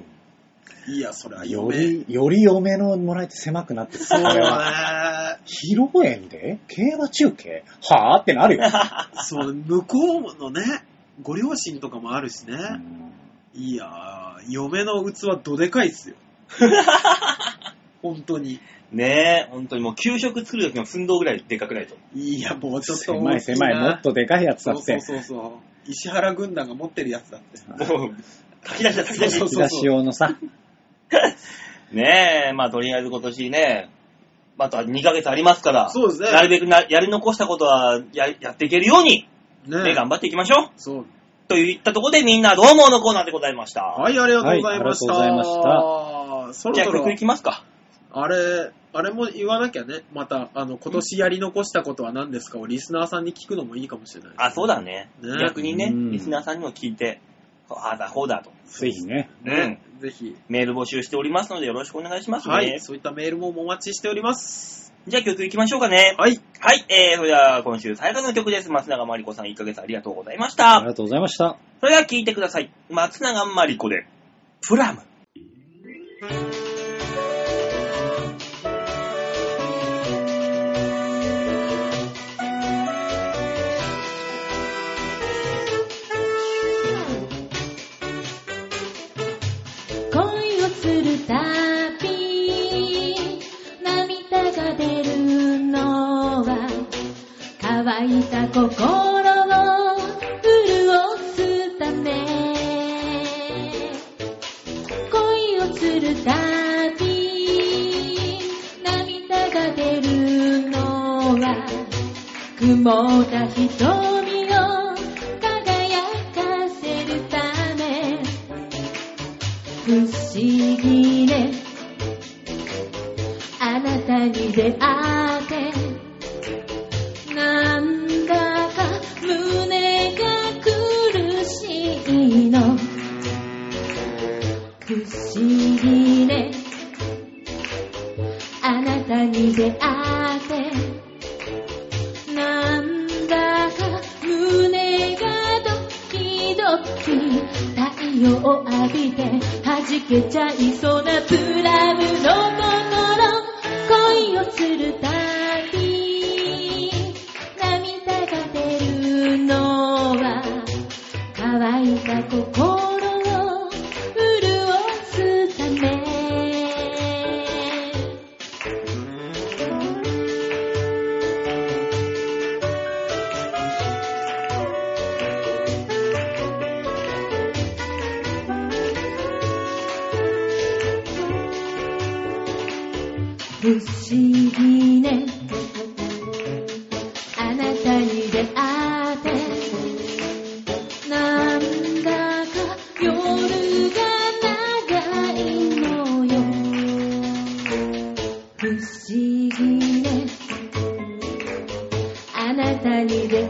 いや、それはより、より嫁のもらえて狭くなってる。 そうね。 披露宴で競馬中継はぁってなるよ。 そう、向こうのね、ご両親とかもあるしね。うん、いやー、嫁の器どでかいっすよ。 本当に。 ねえ、本当にもう給食作る時の寸胴ぐらいでかくないと。 いや、もうちょっと狭い狭い、もっとでかいやつだって。 そうそうそうそう。石原軍団が持ってるやつだって。 もう、炊き出しだ、炊き出し。 炊き出し用のさ。 ねえ、まあとりあえず今年ね、あとはにかげつありますから、 そうですね。 なるべくなやり残したことは や, やっていけるように、ね、ね、頑張っていきましょう。 そう。 といったところでみんなどうものコーナーでございました。 はい、ありがとうございました。はい、ありがとうございました。そろそろ。 じゃあ曲いきますか。 あれ、あれも言わなきゃね。また、あの、今年やり残したことは何ですかをリスナーさんに聞くのもいいかもしれない、ね。 あ、そうだね。ね、逆にね、 うん、 リスナーさんにも聞いて、ああだ、こうだと。 ぜひね。 ね、うん。ぜひ。 メール募集しておりますのでよろしくお願いしますね。 はい。そういったメールもお待ちしております。 じゃあ曲いきましょうかね。 はい。 はい。えー、それでは今週最後の曲です。松永まりこさんいっかげつありがとうございました。 ありがとうございました。 それでは聴いてください。松永まりこで、プラム。 恋をするたび涙が出るのは乾いた心を潤すため恋をするたび涙が出るのは曇った瞳を輝かせるため不思議ねあなたに出会ってなんだか胸が苦しいの不思議ねあなたに出会ってなんだか胸がドキドキ太陽を浴びて弾けちゃいそうなプラムの心恋をするたび涙が出るのは乾いた心を潤すため不思議ねあなたに出会ってなんだか夜が長いのよ不思議ねあなたに出会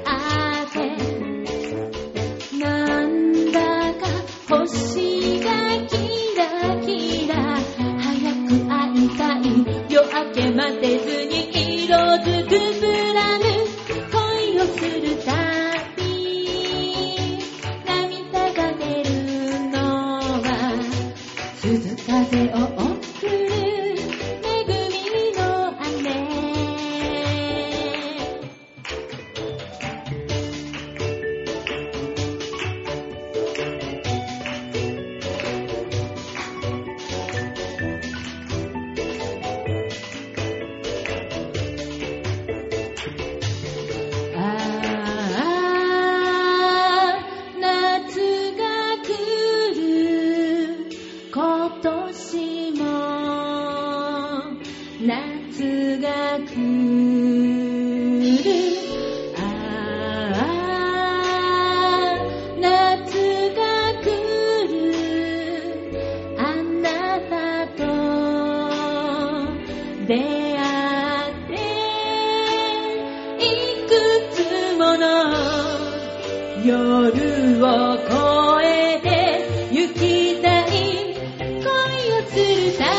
ってなんだか星がキラキラ早く会いたい夜明け待てずに色づくプラム恋をするたび涙が出るのは鈴風を送る恵みの雨夏が来るああ夏が来るあなたと出会っていくつもの夜を越えて行きたい恋をするた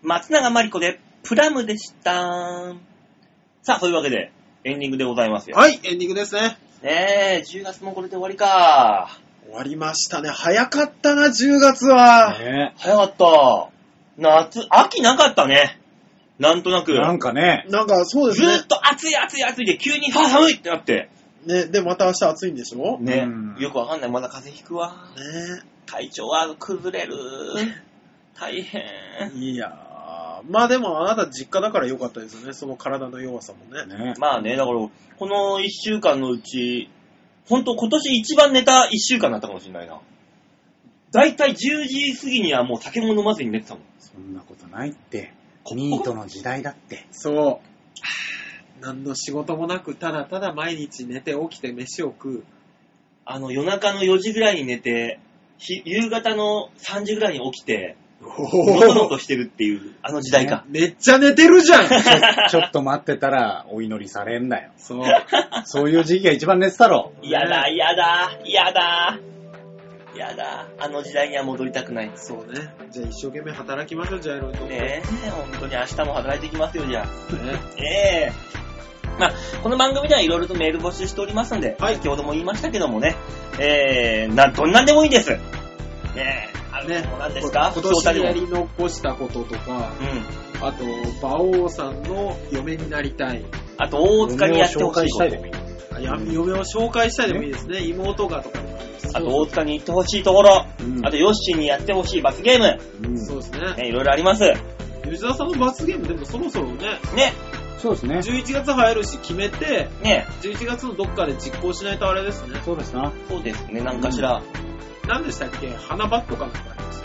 松永まりこでプラムでした。さあ、そういうわけで、エンディングでございますよ。 はい、エンディングですね。 ねえ、じゅうがつもこれで終わりか。 終わりましたね。早かったな、じゅうがつは。 ね、早かった。夏、秋なかったね。なんとなく。 なんかね。 なんかそうですね。 ずーっと暑い暑い暑いで急にあ寒いってなって。 ね、で、また明日暑いんでしょね、よくわかんない。まだ風邪ひくわ。 ね、 体調は崩れる。大変。 いやー、まあでもあなた実家だから良かったですよね。その体の弱さもね。 ね、まあね、だから、このいっしゅうかんのうち、ほんと今年一番寝たいっしゅうかんだったかもしれないな。だいたいじゅうじ過ぎにはもう酒も飲まずに寝てたもん。 そんなことないって。ニートの時代だって。 そう。何の仕事もなく、ただただ毎日寝て起きて飯を食う。 あの夜中のよじぐらいに寝て、夕方のさんじぐらいに起きて、のとのとしてるっていう、あの時代か。 めっちゃ寝てるじゃんちょちょっと待ってたらお祈りされんだよ。 そう。 そういう時期が一番寝てたろ。 やだ、やだ、やだ。やだ。あの時代には戻りたくない。 そうね。じゃあ一生懸命働きましょう、じゃあいろいろと。 ねえ、本当に明日も働いていきますよ、じゃあ。 ねええまあ、この番組ではいろいろとメール募集しておりますので、はい、先ほども言いましたけどもね、えー、な、どんなんでもいいです。ねえ、あるのも何ですか、 今年やり残したこととか、うん、あと、馬王さんの嫁になりたい。 あと、大塚にやってほしいこと。 嫁を紹介したいでもいいですね。妹がとかでもいいです。 あと、大塚に行ってほしいところ、うん、あと、ヨッシーにやってほしい罰ゲーム。 うん、そうですね。 ね、いろいろあります。 吉田さんの罰ゲームでもそろそろね。 ね。 そうですね。 じゅういちがつ入るし決めて、ね。じゅういちがつのどっかで実行しないとあれですね。 そうですな。 そうですね、なんかしら。 うん、何でしたっけ、花バットかなんかありました。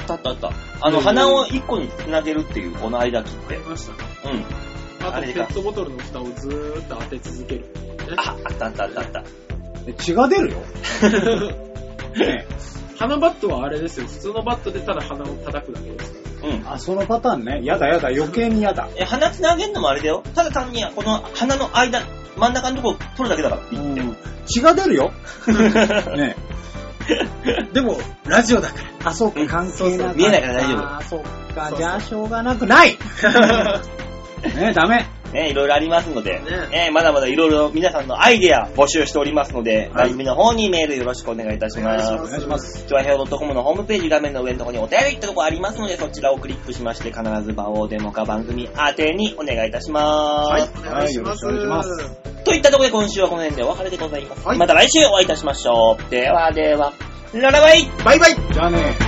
あったあった。あの、花をいっこに繋げるっていう、この間切って。 ありましたね。 うん。 あと、ペットボトルの蓋をずーっと当て続ける、ね。 あ、あったあったあったあった。 血が出るよ。 ね、花バットはあれですよ。普通のバットでただ鼻を叩くだけです。 うん。 あ、そのパターンね。やだやだ、余計にやだ。 え、鼻つなげんのもあれだよ。ただ単に、この鼻の間、真ん中のとこ取るだけだから。うん。 血が出るよ。ねでも、ラジオだから。あ、そうか、関係なく。 見えないから大丈夫。 あ、そっか、じゃあしょうがなくないね、ダメ。 ね、いろいろありますので、ね、まだまだいろいろ皆さんのアイデア募集しておりますので、番組の方にメールよろしくお願いいたします。 お願いします。 チョアヘオ .com のホームページ画面の上のところにお便りってとこありますので、そちらをクリックしまして、必ず場をデモか番組宛てにお願いいたします。 はい、お願いします。はい、よろしくお願いします。 といったところで今週はこの辺でお別れでございます。 はい、 また来週お会いいたしましょう。ではでは、ララバイバイバイじゃあね